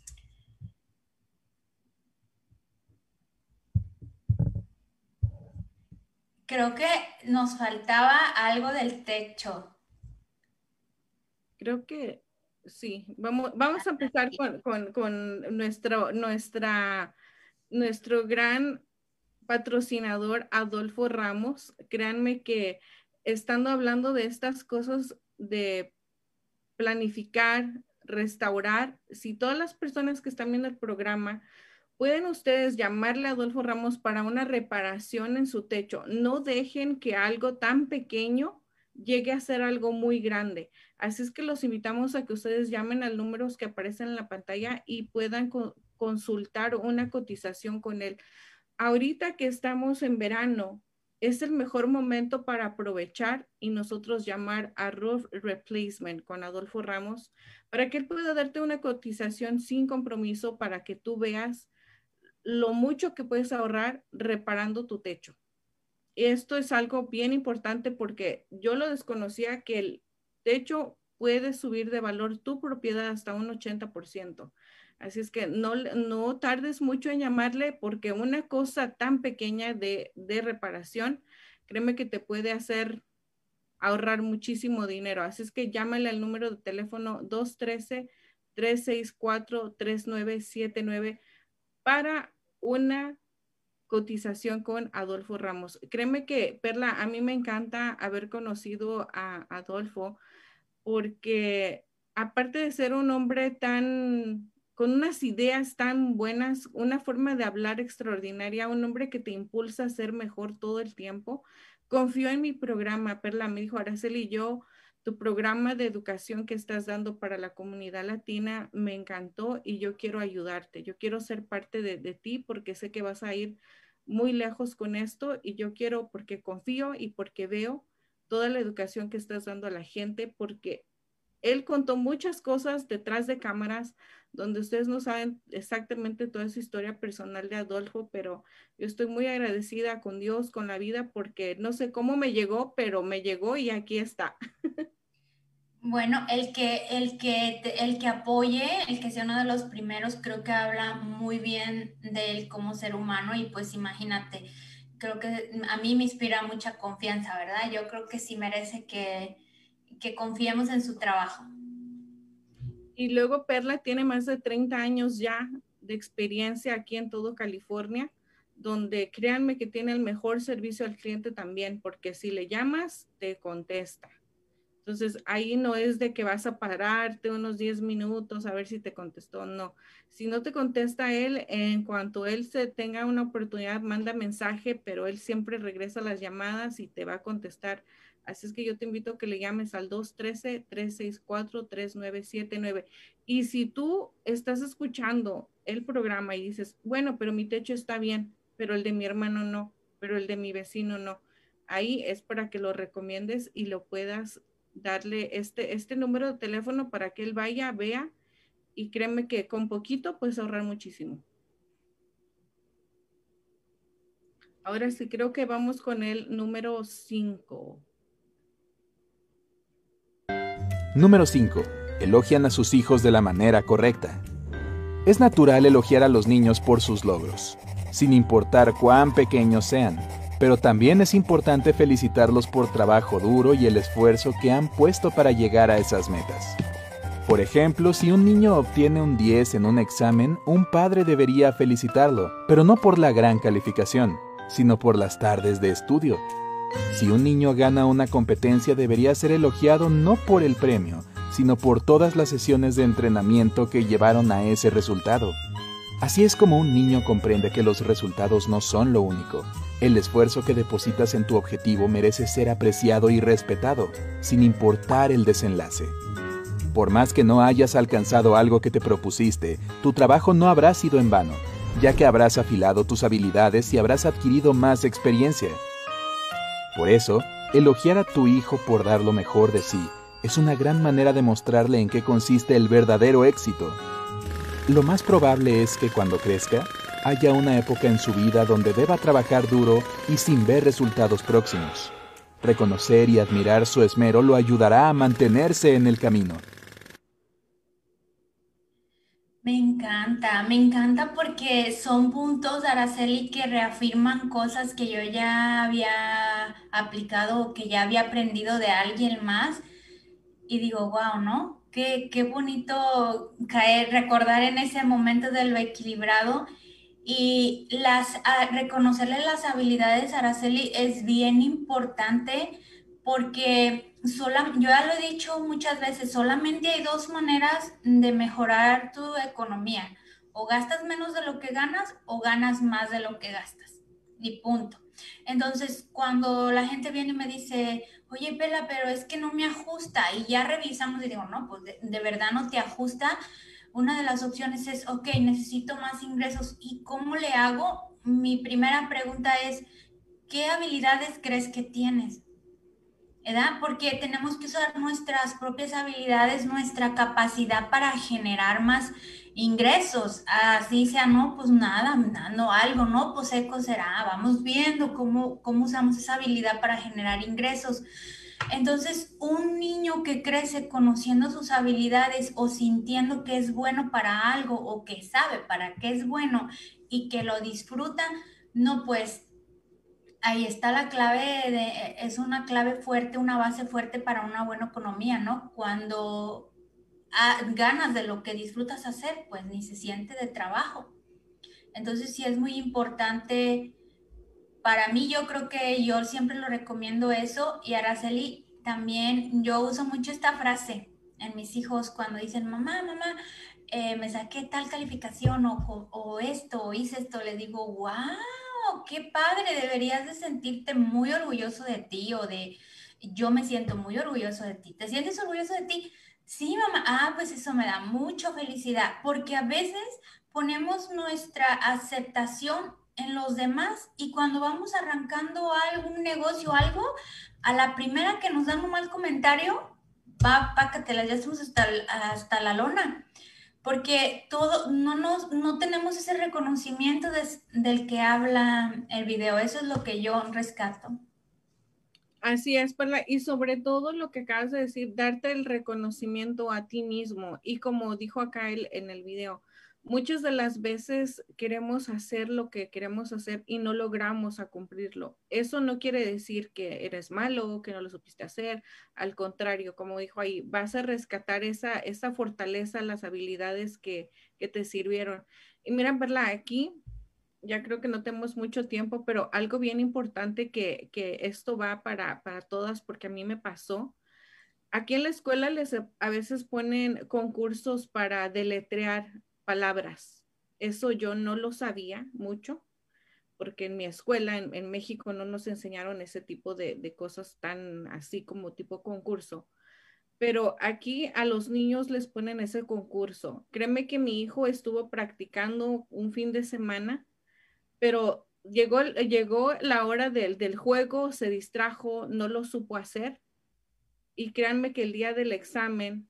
Speaker 3: Creo que nos faltaba algo del techo.
Speaker 2: Creo que sí. Vamos a empezar con nuestro gran patrocinador Adolfo Ramos. Créanme que estando hablando de estas cosas de planificar, restaurar, si todas las personas que están viendo el programa pueden ustedes llamarle a Adolfo Ramos para una reparación en su techo. No dejen que algo tan pequeño llegue a ser algo muy grande. Así es que los invitamos a que ustedes llamen al número que aparecen en la pantalla y puedan consultar una cotización con él. Ahorita que estamos en verano, es el mejor momento para aprovechar y nosotros llamar a Roof Replacement con Adolfo Ramos para que él pueda darte una cotización sin compromiso para que tú veas lo mucho que puedes ahorrar reparando tu techo. Esto es algo bien importante porque yo lo desconocía que el techo puede subir de valor tu propiedad hasta un 80%. Así es que no tardes mucho en llamarle porque una cosa tan pequeña de reparación, créeme que te puede hacer ahorrar muchísimo dinero. Así es que llámale al número de teléfono 213-364-3979 para una cotización con Adolfo Ramos. Créeme que, Perla, a mí me encanta haber conocido a Adolfo porque aparte de ser un hombre tan, con unas ideas tan buenas, una forma de hablar extraordinaria, un hombre que te impulsa a ser mejor todo el tiempo, confió en mi programa, Perla, me dijo, Araceli, yo, tu programa de educación que estás dando para la comunidad latina me encantó y yo quiero ayudarte, yo quiero ser parte de ti porque sé que vas a ir muy lejos con esto y yo quiero porque confío y porque veo toda la educación que estás dando a la gente, porque él contó muchas cosas detrás de cámaras donde ustedes no saben exactamente toda esa historia personal de Adolfo, pero yo estoy muy agradecida con Dios, con la vida, porque no sé cómo me llegó, pero me llegó y aquí está.
Speaker 3: Bueno, el que apoye, el que sea uno de los primeros, creo que habla muy bien de él como ser humano y pues imagínate, creo que a mí me inspira mucha confianza, ¿verdad? Yo creo que sí merece que confiemos en su trabajo.
Speaker 2: Y luego Perla tiene más de 30 años ya de experiencia aquí en todo California, donde créanme que tiene el mejor servicio al cliente también, porque si le llamas, te contesta. Entonces, ahí no es de que vas a pararte unos 10 minutos a ver si te contestó, no. Si no te contesta él, en cuanto él se tenga una oportunidad, manda mensaje, pero él siempre regresa las llamadas y te va a contestar. Así es que yo te invito a que le llames al 213-364-3979. Y si tú estás escuchando el programa y dices, bueno, pero mi techo está bien, pero el de mi hermano no, pero el de mi vecino no. Ahí es para que lo recomiendes y lo puedas darle este número de teléfono para que él vaya, vea y créeme que con poquito puedes ahorrar muchísimo. Ahora sí creo que vamos con el número 5.
Speaker 4: Número 5. Elogian a sus hijos de la manera correcta. Es natural elogiar a los niños por sus logros, sin importar cuán pequeños sean, pero también es importante felicitarlos por trabajo duro y el esfuerzo que han puesto para llegar a esas metas. Por ejemplo, si un niño obtiene un 10 en un examen, un padre debería felicitarlo, pero no por la gran calificación, sino por las tardes de estudio. Si un niño gana una competencia, debería ser elogiado no por el premio, sino por todas las sesiones de entrenamiento que llevaron a ese resultado. Así es como un niño comprende que los resultados no son lo único. El esfuerzo que depositas en tu objetivo merece ser apreciado y respetado, sin importar el desenlace. Por más que no hayas alcanzado algo que te propusiste, tu trabajo no habrá sido en vano, ya que habrás afilado tus habilidades y habrás adquirido más experiencia. Por eso, elogiar a tu hijo por dar lo mejor de sí es una gran manera de mostrarle en qué consiste el verdadero éxito. Lo más probable es que cuando crezca, haya una época en su vida donde deba trabajar duro y sin ver resultados próximos. Reconocer y admirar su esmero lo ayudará a mantenerse en el camino.
Speaker 3: Me encanta porque son puntos, Araceli, que reafirman cosas que yo ya había aplicado o que ya había aprendido de alguien más. Y digo, wow, ¿no? Qué bonito caer, recordar en ese momento de lo equilibrado y reconocerle las habilidades a Araceli es bien importante porque yo ya lo he dicho muchas veces, solamente hay dos maneras de mejorar tu economía. O gastas menos de lo que ganas o ganas más de lo que gastas. Y punto. Entonces, cuando la gente viene y me dice, oye, Pela, pero es que no me ajusta, y ya revisamos y digo, no, pues de verdad no te ajusta. Una de las opciones es, ok, necesito más ingresos. ¿Y cómo le hago? Mi primera pregunta es, ¿qué habilidades crees que tienes? ¿Verdad? Porque tenemos que usar nuestras propias habilidades, nuestra capacidad para generar más ingresos. Así sea, no, pues nada, no algo, no, pues eco será. Vamos viendo cómo usamos esa habilidad para generar ingresos. Entonces, un niño que crece conociendo sus habilidades o sintiendo que es bueno para algo o que sabe para qué es bueno y que lo disfruta, no, pues ahí está la clave, es una clave fuerte, una base fuerte para una buena economía, ¿no? Cuando ganas de lo que disfrutas hacer, pues ni se siente de trabajo. Entonces sí es muy importante. Para mí, yo creo que yo siempre lo recomiendo eso. Y Araceli, también yo uso mucho esta frase en mis hijos cuando dicen, mamá, me saqué tal calificación o esto, o hice esto. Les digo, wow, qué padre, deberías de sentirte muy orgulloso de ti yo me siento muy orgulloso de ti. ¿Te sientes orgulloso de ti? Sí, mamá. Pues eso me da mucha felicidad porque a veces ponemos nuestra aceptación en los demás y cuando vamos arrancando algún negocio o algo, a la primera que nos dan un mal comentario, va, pácatela, ya estamos hasta la lona, porque todo, no tenemos ese reconocimiento del que habla el video. Eso es lo que yo rescato.
Speaker 2: Así es, Perla, y sobre todo lo que acabas de decir, darte el reconocimiento a ti mismo. Y como dijo acá en el video, muchas de las veces queremos hacer lo que queremos hacer y no logramos a cumplirlo. Eso no quiere decir que eres malo, que no lo supiste hacer. Al contrario, como dijo ahí, vas a rescatar esa fortaleza, las habilidades que te sirvieron. Y mira, Perla, aquí ya creo que no tenemos mucho tiempo, pero algo bien importante que esto va para todas, porque a mí me pasó. Aquí en la escuela a veces ponen concursos para deletrear palabras. Eso yo no lo sabía mucho, porque en mi escuela en México no nos enseñaron ese tipo de cosas tan así como tipo concurso. Pero aquí a los niños les ponen ese concurso. Créeme que mi hijo estuvo practicando un fin de semana, pero llegó la hora del juego, se distrajo, no lo supo hacer y créanme que el día del examen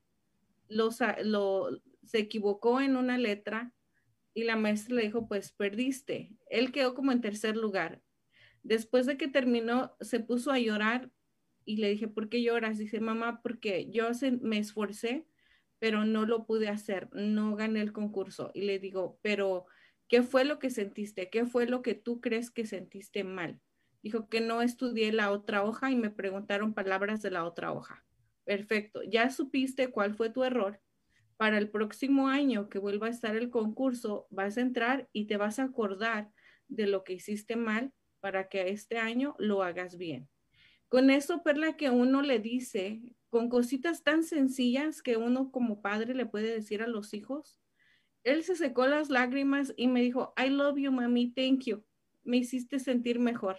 Speaker 2: se equivocó en una letra y la maestra le dijo, pues perdiste. Él quedó como en tercer lugar. Después de que terminó, se puso a llorar y le dije, ¿por qué lloras? Dice, mamá, porque me esforcé, pero no lo pude hacer, no gané el concurso. Y le digo, pero ¿qué fue lo que sentiste? ¿Qué fue lo que tú crees que sentiste mal? Dijo que no estudié la otra hoja y me preguntaron palabras de la otra hoja. Perfecto, ya supiste cuál fue tu error. Para el próximo año que vuelva a estar el concurso, vas a entrar y te vas a acordar de lo que hiciste mal para que este año lo hagas bien. Con eso, Perla, que uno le dice, con cositas tan sencillas que uno como padre le puede decir a los hijos, él se secó las lágrimas y me dijo, I love you, mami, thank you. Me hiciste sentir mejor.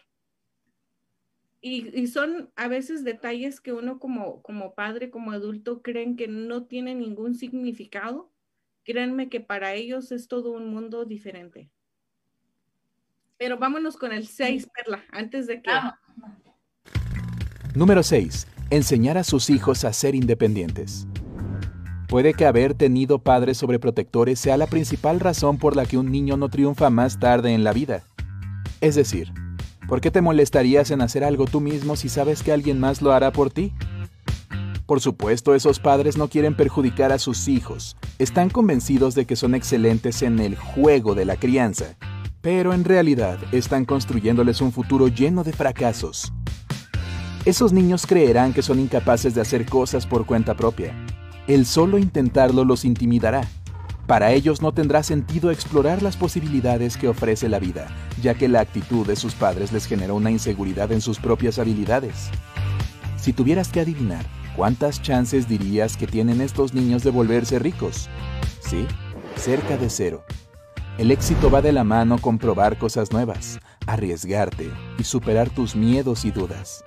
Speaker 2: Y son a veces detalles que uno como padre, como adulto, creen que no tiene ningún significado. Créanme que para ellos es todo un mundo diferente. Pero vámonos con el 6, Perla, antes de que...
Speaker 3: Vamos.
Speaker 4: Número 6. Enseñar a sus hijos a ser independientes. Puede que haber tenido padres sobreprotectores sea la principal razón por la que un niño no triunfa más tarde en la vida. Es decir, ¿por qué te molestarías en hacer algo tú mismo si sabes que alguien más lo hará por ti? Por supuesto, esos padres no quieren perjudicar a sus hijos. Están convencidos de que son excelentes en el juego de la crianza, pero en realidad están construyéndoles un futuro lleno de fracasos. Esos niños creerán que son incapaces de hacer cosas por cuenta propia. El solo intentarlo los intimidará. Para ellos no tendrá sentido explorar las posibilidades que ofrece la vida, ya que la actitud de sus padres les genera una inseguridad en sus propias habilidades. Si tuvieras que adivinar, ¿cuántas chances dirías que tienen estos niños de volverse ricos? Sí, cerca de 0. El éxito va de la mano con probar cosas nuevas, arriesgarte y superar tus miedos y dudas.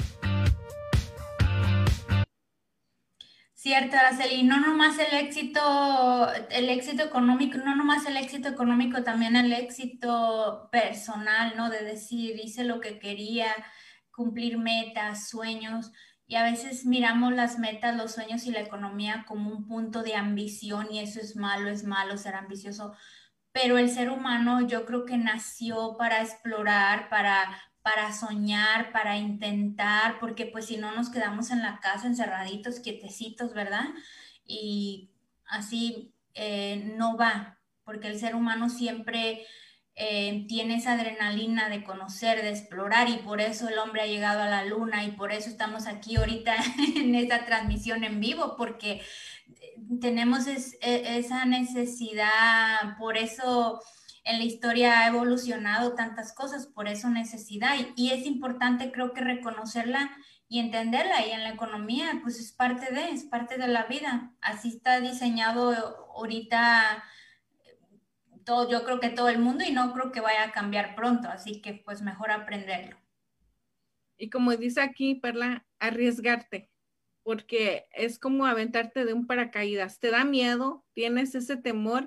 Speaker 3: Cierto, Araceli, no nomás el éxito económico, no nomás el éxito económico, también el éxito personal, ¿no? De decir, hice lo que quería, cumplir metas, sueños, y a veces miramos las metas, los sueños y la economía como un punto de ambición, y eso es malo ser ambicioso, pero el ser humano yo creo que nació para explorar, para soñar, para intentar, porque pues si no nos quedamos en la casa encerraditos, quietecitos, ¿verdad? Y así no va, porque el ser humano siempre tiene esa adrenalina de conocer, de explorar, y por eso el hombre ha llegado a la luna y por eso estamos aquí ahorita en esta transmisión en vivo, porque tenemos esa necesidad, por eso en la historia ha evolucionado tantas cosas, por eso necesidad, y es importante creo que reconocerla y entenderla, y en la economía pues es parte de la vida, así está diseñado ahorita todo, yo creo que todo el mundo, y no creo que vaya a cambiar pronto, así que pues mejor aprenderlo.
Speaker 2: Y como dice aquí, Perla, arriesgarte, porque es como aventarte de un paracaídas. Te da miedo, tienes ese temor,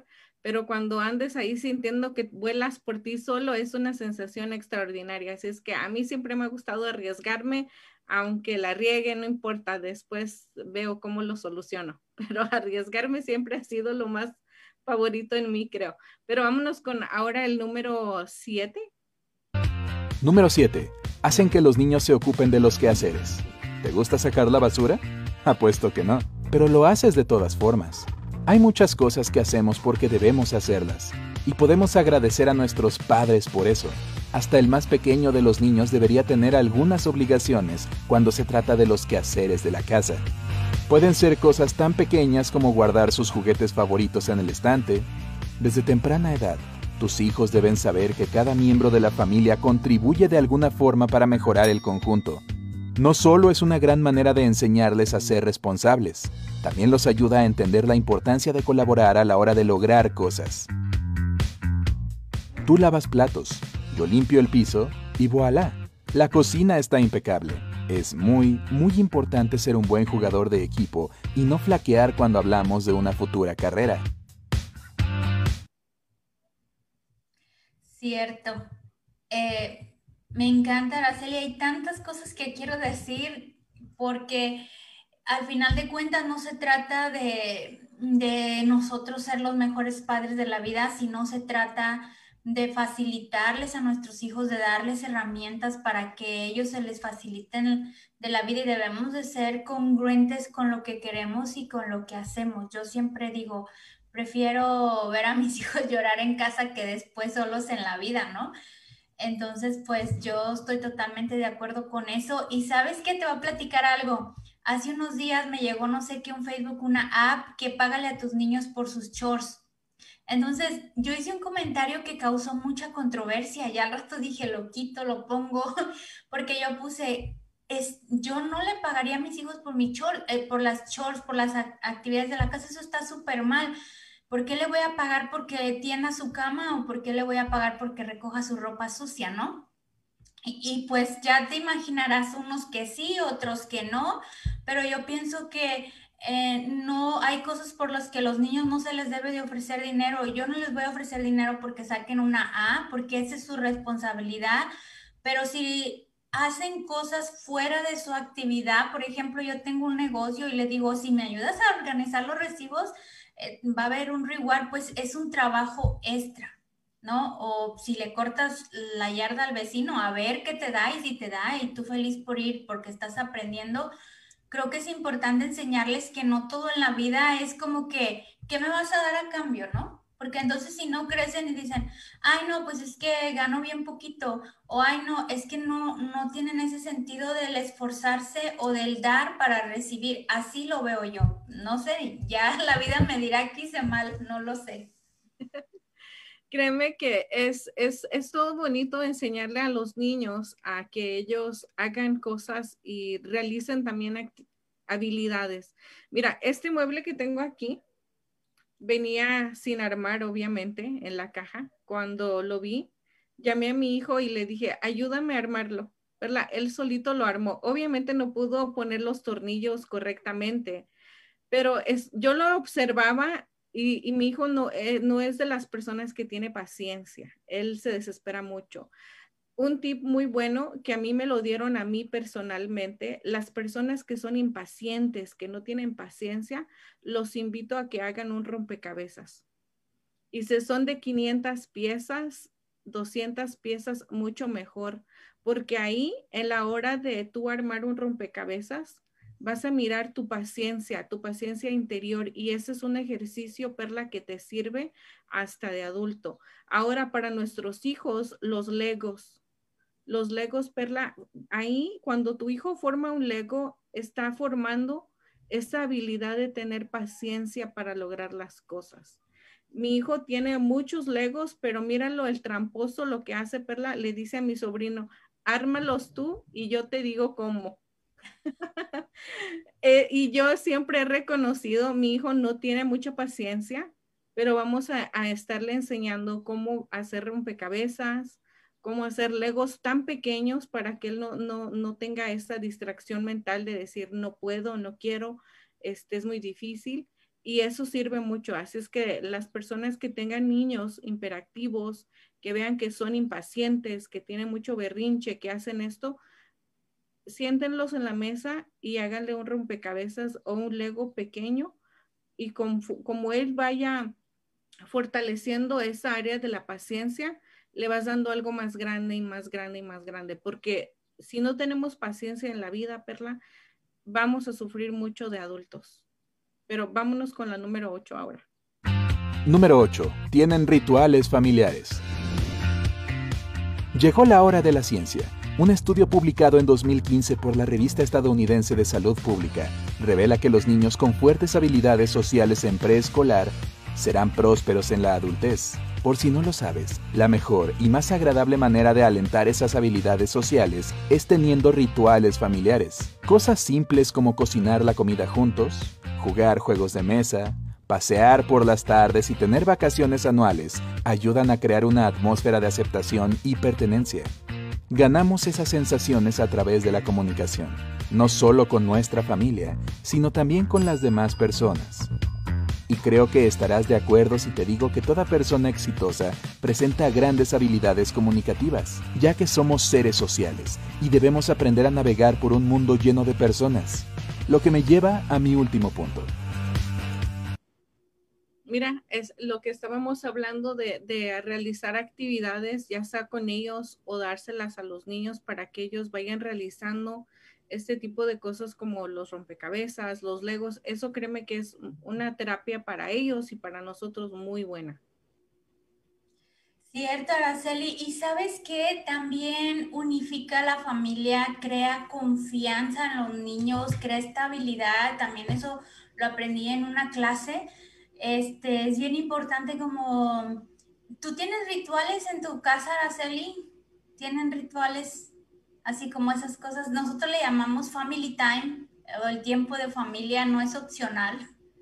Speaker 2: pero cuando andes ahí sintiendo que vuelas por ti solo, es una sensación extraordinaria. Así es que a mí siempre me ha gustado arriesgarme, aunque la riegue, no importa, después veo cómo lo soluciono, pero arriesgarme siempre ha sido lo más favorito en mí, creo. Pero vámonos con ahora el número 7.
Speaker 4: Número 7. Hacen que los niños se ocupen de los quehaceres. ¿Te gusta sacar la basura? Apuesto que no, pero lo haces de todas formas. Hay muchas cosas que hacemos porque debemos hacerlas, y podemos agradecer a nuestros padres por eso. Hasta el más pequeño de los niños debería tener algunas obligaciones cuando se trata de los quehaceres de la casa. Pueden ser cosas tan pequeñas como guardar sus juguetes favoritos en el estante. Desde temprana edad, tus hijos deben saber que cada miembro de la familia contribuye de alguna forma para mejorar el conjunto. No solo es una gran manera de enseñarles a ser responsables, también los ayuda a entender la importancia de colaborar a la hora de lograr cosas. Tú lavas platos, yo limpio el piso y voilà, la cocina está impecable. Es muy importante ser un buen jugador de equipo y no flaquear cuando hablamos de una futura carrera.
Speaker 3: Cierto. Me encanta, Araceli. Hay tantas cosas que quiero decir porque al final de cuentas no se trata de nosotros ser los mejores padres de la vida, sino se trata de facilitarles a nuestros hijos, de darles herramientas para que ellos se les faciliten de la vida y debemos de ser congruentes con lo que queremos y con lo que hacemos. Yo siempre digo, prefiero ver a mis hijos llorar en casa que después solos en la vida, ¿no? Entonces, pues yo estoy totalmente de acuerdo con eso. Y ¿sabes qué? Te voy a platicar algo. Hace unos días me llegó, no sé qué, un Facebook, una app que págale a tus niños por sus chores. Entonces, yo hice un comentario que causó mucha controversia y al rato dije, lo quito, lo pongo, porque yo puse, yo no le pagaría a mis hijos por mi por las chores, por las actividades de la casa, eso está súper mal. ¿Por qué le voy a pagar porque tienda su cama o por qué le voy a pagar porque recoja su ropa sucia, no? Y pues ya te imaginarás unos que sí, otros que no, pero yo pienso que no hay cosas por las que los niños no se les debe de ofrecer dinero. Yo no les voy a ofrecer dinero porque saquen una A, porque esa es su responsabilidad, pero si hacen cosas fuera de su actividad, por ejemplo, yo tengo un negocio y le digo, si me ayudas a organizar los recibos, va a haber un reward, pues es un trabajo extra. ¿No? O si le cortas la yarda al vecino, a ver qué te da y si te da y tú feliz por ir porque estás aprendiendo. Creo que es importante enseñarles que no todo en la vida es como que, ¿qué me vas a dar a cambio, no? Porque entonces si no crecen y dicen, ay no, pues es que gano bien poquito, o ay no, es que no tienen ese sentido del esforzarse o del dar para recibir. Así lo veo yo. No sé, ya la vida me dirá que hice mal, no lo sé.
Speaker 2: Créeme que es todo bonito enseñarle a los niños a que ellos hagan cosas y realicen también habilidades. Mira, este mueble que tengo aquí venía sin armar, obviamente, en la caja. Cuando lo vi, llamé a mi hijo y le dije, ayúdame a armarlo, ¿verdad? Él solito lo armó. Obviamente no pudo poner los tornillos correctamente, pero yo lo observaba y mi hijo no es de las personas que tiene paciencia. Él se desespera mucho. Un tip muy bueno que a mí me lo dieron a mí personalmente, las personas que son impacientes, que no tienen paciencia, los invito a que hagan un rompecabezas. Y si son de 500 piezas, 200 piezas, mucho mejor, porque ahí en la hora de tú armar un rompecabezas, vas a mirar tu paciencia interior y ese es un ejercicio, Perla, que te sirve hasta de adulto. Ahora para nuestros hijos, los Legos, Perla, ahí cuando tu hijo forma un Lego, está formando esa habilidad de tener paciencia para lograr las cosas. Mi hijo tiene muchos Legos, pero míralo, el tramposo lo que hace, Perla, le dice a mi sobrino, ármalos tú y yo te digo cómo. Y yo siempre he reconocido, mi hijo no tiene mucha paciencia, pero vamos a estarle enseñando cómo hacer rompecabezas, cómo hacer legos tan pequeños para que él no tenga esa distracción mental de decir no puedo, no quiero, es muy difícil. y eso sirve mucho. Así es que las personas que tengan niños hiperactivos, que vean que son impacientes, que tienen mucho berrinche, que hacen esto, siéntenlos en la mesa y háganle un rompecabezas o un Lego pequeño, y como él vaya fortaleciendo esa área de la paciencia, le vas dando algo más grande y más grande y más grande, porque si no tenemos paciencia en la vida, Perla, vamos a sufrir mucho de adultos. Pero vámonos con la número 8 ahora.
Speaker 4: Número 8. Tienen rituales familiares. Llegó la hora de la ciencia. Un estudio publicado en 2015 por la revista estadounidense de Salud Pública revela que los niños con fuertes habilidades sociales en preescolar serán prósperos en la adultez. Por si no lo sabes, la mejor y más agradable manera de alentar esas habilidades sociales es teniendo rituales familiares. Cosas simples como cocinar la comida juntos, jugar juegos de mesa, pasear por las tardes y tener vacaciones anuales ayudan a crear una atmósfera de aceptación y pertenencia. Ganamos esas sensaciones a través de la comunicación, no solo con nuestra familia, sino también con las demás personas. Y creo que estarás de acuerdo si te digo que toda persona exitosa presenta grandes habilidades comunicativas, ya que somos seres sociales y debemos aprender a navegar por un mundo lleno de personas. Lo que me lleva a mi último punto.
Speaker 2: Mira, es lo que estábamos hablando de realizar actividades, ya sea con ellos o dárselas a los niños para que ellos vayan realizando este tipo de cosas como los rompecabezas, los legos. Eso créeme que es una terapia para ellos y para nosotros muy buena.
Speaker 3: Cierto, Araceli. Y sabes que también unifica la familia, crea confianza en los niños, crea estabilidad. También eso lo aprendí en una clase. Es bien importante como... ¿Tú tienes rituales en tu casa, Araceli? ¿Tienen rituales así como esas cosas? Nosotros le llamamos family time, o el tiempo de familia, no es opcional.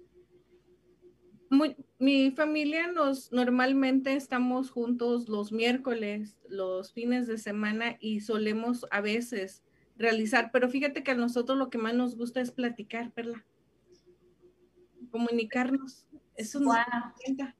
Speaker 2: Mi familia normalmente estamos juntos los miércoles, los fines de semana, y solemos a veces realizar, pero fíjate que a nosotros lo que más nos gusta es platicar, Perla, comunicarnos. Eso nos encanta.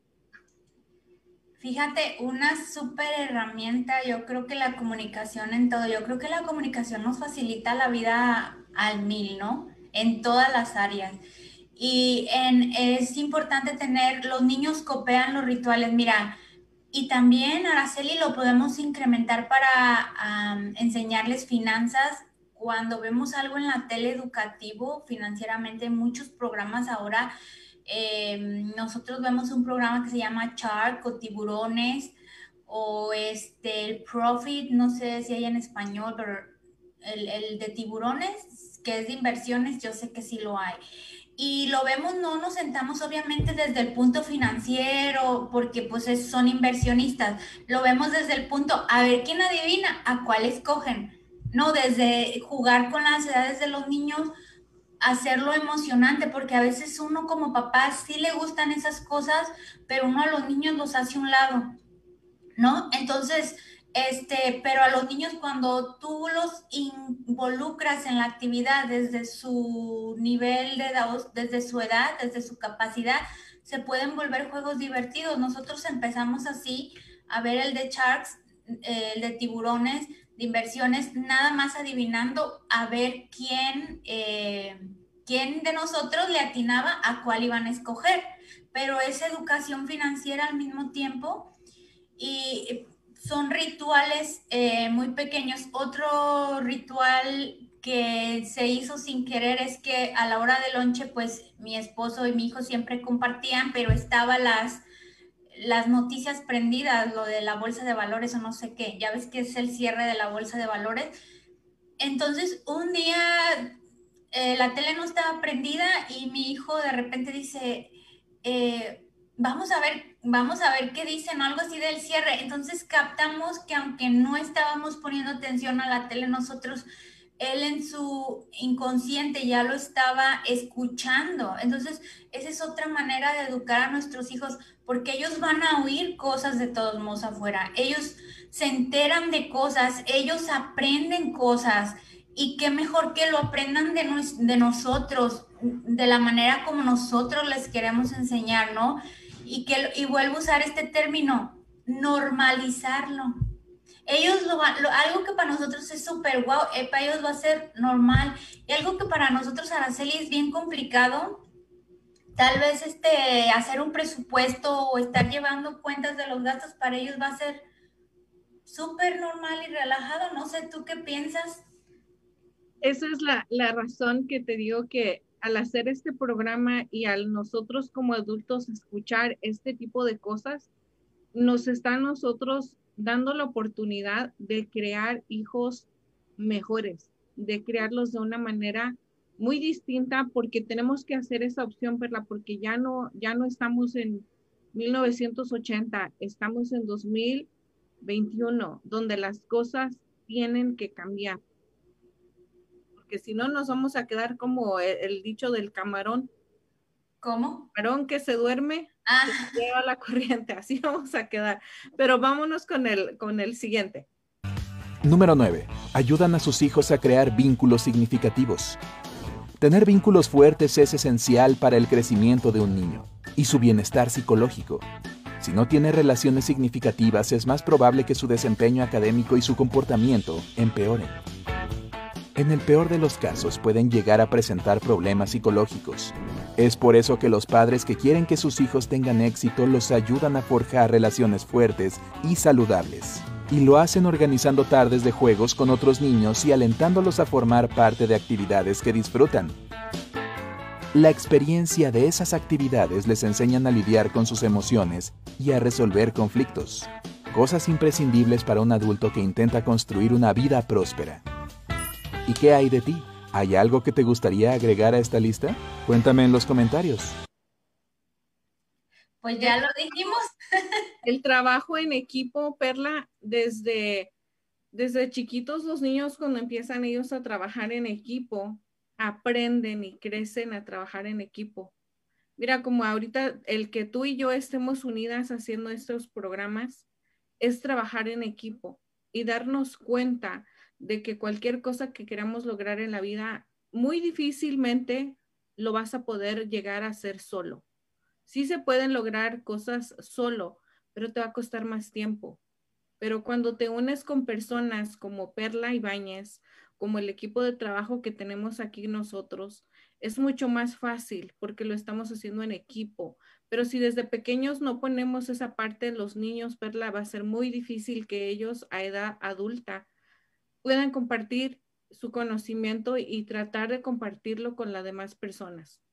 Speaker 3: Fíjate, una súper herramienta, yo creo que la comunicación en todo, yo creo que la comunicación nos facilita la vida al mil, ¿no? En todas las áreas. Y es importante tener, los niños copian los rituales, mira, y también, Araceli, lo podemos incrementar para enseñarles finanzas. Cuando vemos algo en la tele educativo, financieramente, muchos programas ahora, nosotros vemos un programa que se llama Shark o Tiburones, o el Profit, no sé si hay en español, pero el de tiburones, que es de inversiones, yo sé que sí lo hay. Y lo vemos, no nos sentamos obviamente desde el punto financiero, porque pues son inversionistas, lo vemos desde el punto, a ver quién adivina a cuál escogen, ¿no? Desde jugar con las edades de los niños, hacerlo emocionante, porque a veces uno como papá sí le gustan esas cosas, pero uno a los niños los hace a un lado, ¿no? Entonces, pero a los niños cuando tú los involucras en la actividad desde su nivel de edad, desde su edad, desde su capacidad, se pueden volver juegos divertidos. Nosotros empezamos así a ver el de Sharks, el de tiburones, de inversiones, nada más adivinando a ver quién de nosotros le atinaba a cuál iban a escoger. Pero es educación financiera al mismo tiempo y son rituales muy pequeños. Otro ritual que se hizo sin querer es que a la hora de lonche, pues mi esposo y mi hijo siempre compartían, pero estaban las noticias prendidas, lo de la bolsa de valores o no sé qué. Ya ves que es el cierre de la bolsa de valores. Entonces, un día la tele no estaba prendida y mi hijo de repente dice... vamos a ver qué dicen, algo así del cierre. Entonces captamos que aunque no estábamos poniendo atención a la tele nosotros, él en su inconsciente ya lo estaba escuchando. Entonces esa es otra manera de educar a nuestros hijos, porque ellos van a oír cosas de todos modos afuera, ellos se enteran de cosas, ellos aprenden cosas. Y qué mejor que lo aprendan de nosotros, de la manera como nosotros les queremos enseñar, ¿no? Y vuelvo a usar este término, normalizarlo. Ellos algo que para nosotros es súper guau, para ellos va a ser normal. Y algo que para nosotros, Araceli, es bien complicado, tal vez hacer un presupuesto o estar llevando cuentas de los gastos para ellos va a ser súper normal y relajado. No sé, ¿tú qué piensas?
Speaker 2: Esa es la razón que te digo que al hacer este programa y al nosotros como adultos escuchar este tipo de cosas, nos está a nosotros dando la oportunidad de crear hijos mejores, de crearlos de una manera muy distinta, porque tenemos que hacer esa opción, Perla, porque ya no estamos en 1980, estamos en 2021, donde las cosas tienen que cambiar, porque si no nos vamos a quedar como el dicho del camarón.
Speaker 3: ¿Cómo?
Speaker 2: Camarón que se duerme, se lleva la corriente, así vamos a quedar. Pero vámonos con el siguiente.
Speaker 4: Número 9. Ayudan a sus hijos a crear vínculos significativos. Tener vínculos fuertes es esencial para el crecimiento de un niño y su bienestar psicológico. Si no tiene relaciones significativas, es más probable que su desempeño académico y su comportamiento empeoren. En el peor de los casos, pueden llegar a presentar problemas psicológicos. Es por eso que los padres que quieren que sus hijos tengan éxito los ayudan a forjar relaciones fuertes y saludables. Y lo hacen organizando tardes de juegos con otros niños y alentándolos a formar parte de actividades que disfrutan. La experiencia de esas actividades les enseñan a lidiar con sus emociones y a resolver conflictos. Cosas imprescindibles para un adulto que intenta construir una vida próspera. ¿Y qué hay de ti? ¿Hay algo que te gustaría agregar a esta lista? Cuéntame en los comentarios.
Speaker 3: Pues ya lo dijimos.
Speaker 2: El trabajo en equipo, Perla, desde chiquitos los niños cuando empiezan ellos a trabajar en equipo, aprenden y crecen a trabajar en equipo. Mira, como ahorita el que tú y yo estemos unidas haciendo estos programas es trabajar en equipo y darnos cuenta de que cualquier cosa que queramos lograr en la vida, muy difícilmente lo vas a poder llegar a hacer solo. Sí se pueden lograr cosas solo, pero te va a costar más tiempo. Pero cuando te unes con personas como Perla Ibáñez, como el equipo de trabajo que tenemos aquí nosotros, es mucho más fácil porque lo estamos haciendo en equipo. Pero si desde pequeños no ponemos esa parte de los niños, Perla, va a ser muy difícil que ellos a edad adulta puedan compartir su conocimiento y tratar de compartirlo con las demás personas.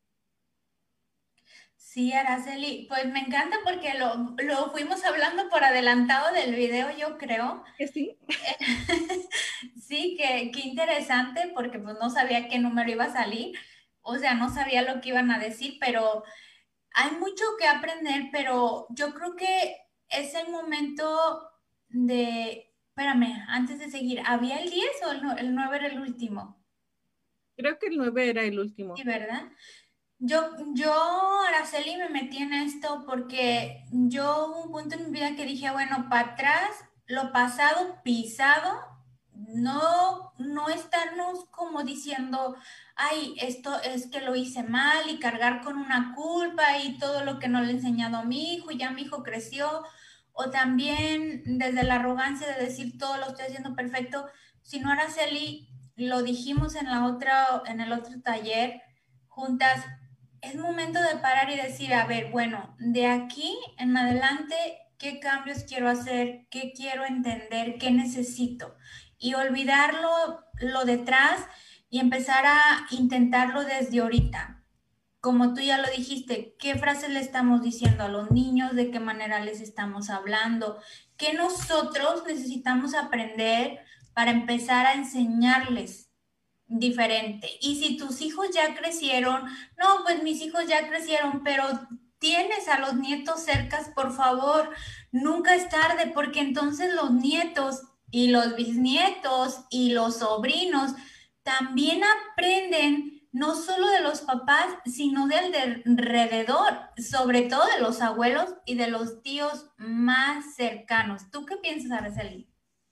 Speaker 3: Sí, Araceli, pues me encanta porque lo fuimos hablando por adelantado del video, yo creo.
Speaker 2: Sí.
Speaker 3: Sí, qué interesante porque pues no sabía qué número iba a salir, o sea, no sabía lo que iban a decir, pero hay mucho que aprender, pero yo creo que es el momento espérame, antes de seguir, ¿había el 10 o el 9 era el último?
Speaker 2: Creo que el 9 era el último.
Speaker 3: Sí, ¿verdad? Yo, Araceli, me metí en esto porque yo hubo un punto en mi vida que dije, bueno, para atrás, lo pasado, pisado, no estarnos como diciendo, ay, esto es que lo hice mal y cargar con una culpa y todo lo que no le he enseñado a mi hijo y ya mi hijo creció, o también desde la arrogancia de decir todo lo estoy haciendo perfecto, sino Araceli, lo dijimos en el otro taller juntas, es momento de parar y decir, a ver, bueno, de aquí en adelante, ¿qué cambios quiero hacer? ¿Qué quiero entender? ¿Qué necesito? Y olvidarlo lo detrás y empezar a intentarlo desde ahorita. Como tú ya lo dijiste, ¿qué frases le estamos diciendo a los niños? ¿De qué manera les estamos hablando? ¿Qué nosotros necesitamos aprender para empezar a enseñarles diferente? Y si tus hijos ya crecieron, no, pues mis hijos ya crecieron, pero tienes a los nietos cercas, por favor, nunca es tarde, porque entonces los nietos y los bisnietos y los sobrinos también aprenden no solo de los papás, sino del de alrededor, sobre todo de los abuelos y de los tíos más cercanos. ¿Tú qué piensas, Araceli?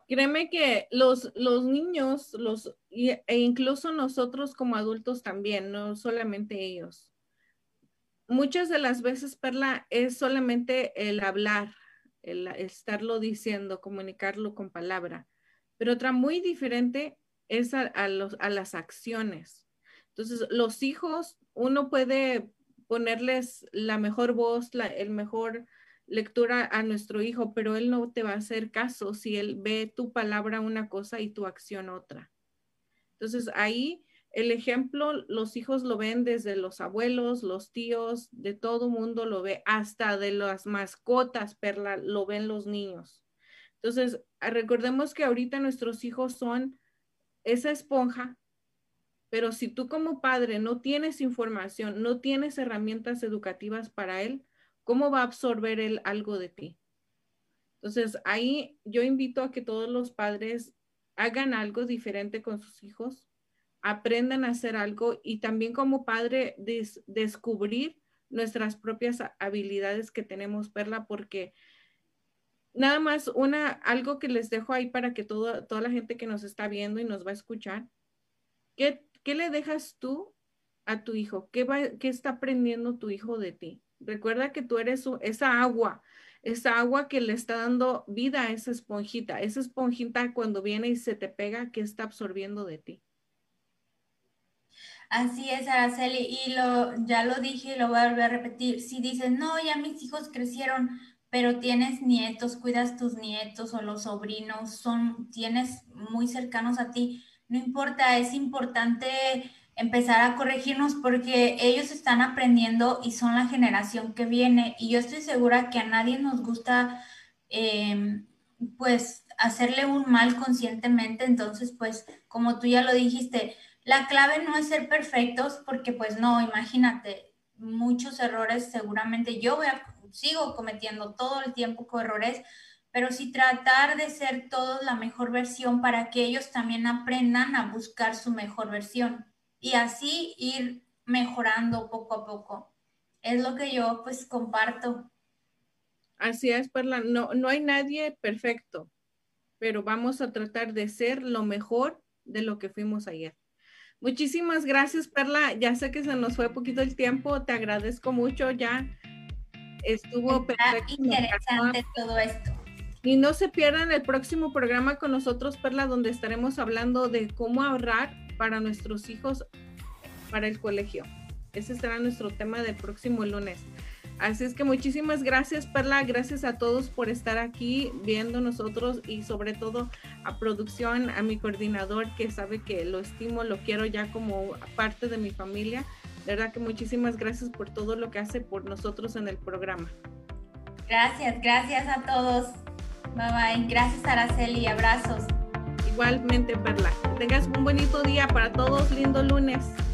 Speaker 2: Créeme que los niños, e incluso nosotros como adultos también, no solamente ellos. Muchas de las veces, Perla, es solamente el hablar, el estarlo diciendo, comunicarlo con palabra. Pero otra muy diferente es a las acciones. Entonces, los hijos, uno puede ponerles la mejor voz, el mejor lectura a nuestro hijo, pero él no te va a hacer caso si él ve tu palabra una cosa y tu acción otra. Entonces ahí el ejemplo, los hijos lo ven desde los abuelos, los tíos, de todo mundo lo ve, hasta de las mascotas, Perla, lo ven los niños. Entonces, recordemos que ahorita nuestros hijos son esa esponja, pero si tú como padre no tienes información, no tienes herramientas educativas para él, ¿cómo va a absorber él algo de ti? Entonces, ahí yo invito a que todos los padres hagan algo diferente con sus hijos, aprendan a hacer algo y también como padre descubrir nuestras propias habilidades que tenemos, Perla, porque nada más algo que les dejo ahí para que toda la gente que nos está viendo y nos va a escuchar, ¿qué le dejas tú a tu hijo? ¿Qué está aprendiendo tu hijo de ti? Recuerda que tú eres esa agua que le está dando vida a esa esponjita cuando viene y se te pega, ¿qué está absorbiendo de ti?
Speaker 3: Así es, Araceli, y ya lo dije y lo voy a volver a repetir. Si dices, no, ya mis hijos crecieron, pero tienes nietos, cuidas tus nietos o los sobrinos, tienes muy cercanos a ti, no importa, es importante empezar a corregirnos porque ellos están aprendiendo y son la generación que viene. Y yo estoy segura que a nadie nos gusta, pues, hacerle un mal conscientemente. Entonces, pues, como tú ya lo dijiste, la clave no es ser perfectos porque pues no, imagínate, muchos errores seguramente sigo cometiendo todo el tiempo errores, pero sí tratar de ser todos la mejor versión para que ellos también aprendan a buscar su mejor versión y así ir mejorando poco a poco. Es lo que yo pues comparto.
Speaker 2: Así es, Perla, no hay nadie perfecto, pero vamos a tratar de ser lo mejor de lo que fuimos ayer. Muchísimas gracias, Perla. Ya sé que se nos fue poquito el tiempo. Te agradezco mucho. Ya estuvo perfecto.
Speaker 3: Interesante todo esto.
Speaker 2: Y no se pierdan el próximo programa con nosotros, Perla, donde estaremos hablando de cómo ahorrar para nuestros hijos para el colegio. Ese será nuestro tema del próximo lunes. Así es que muchísimas gracias, Perla. Gracias a todos por estar aquí viendo nosotros y sobre todo a producción, a mi coordinador que sabe que lo estimo, lo quiero ya como parte de mi familia. De verdad que muchísimas gracias por todo lo que hace por nosotros en el programa.
Speaker 3: Gracias a todos. Bye bye. Gracias, Araceli. Abrazos.
Speaker 2: Igualmente, Perla. Que tengas un bonito día para todos. Lindo lunes.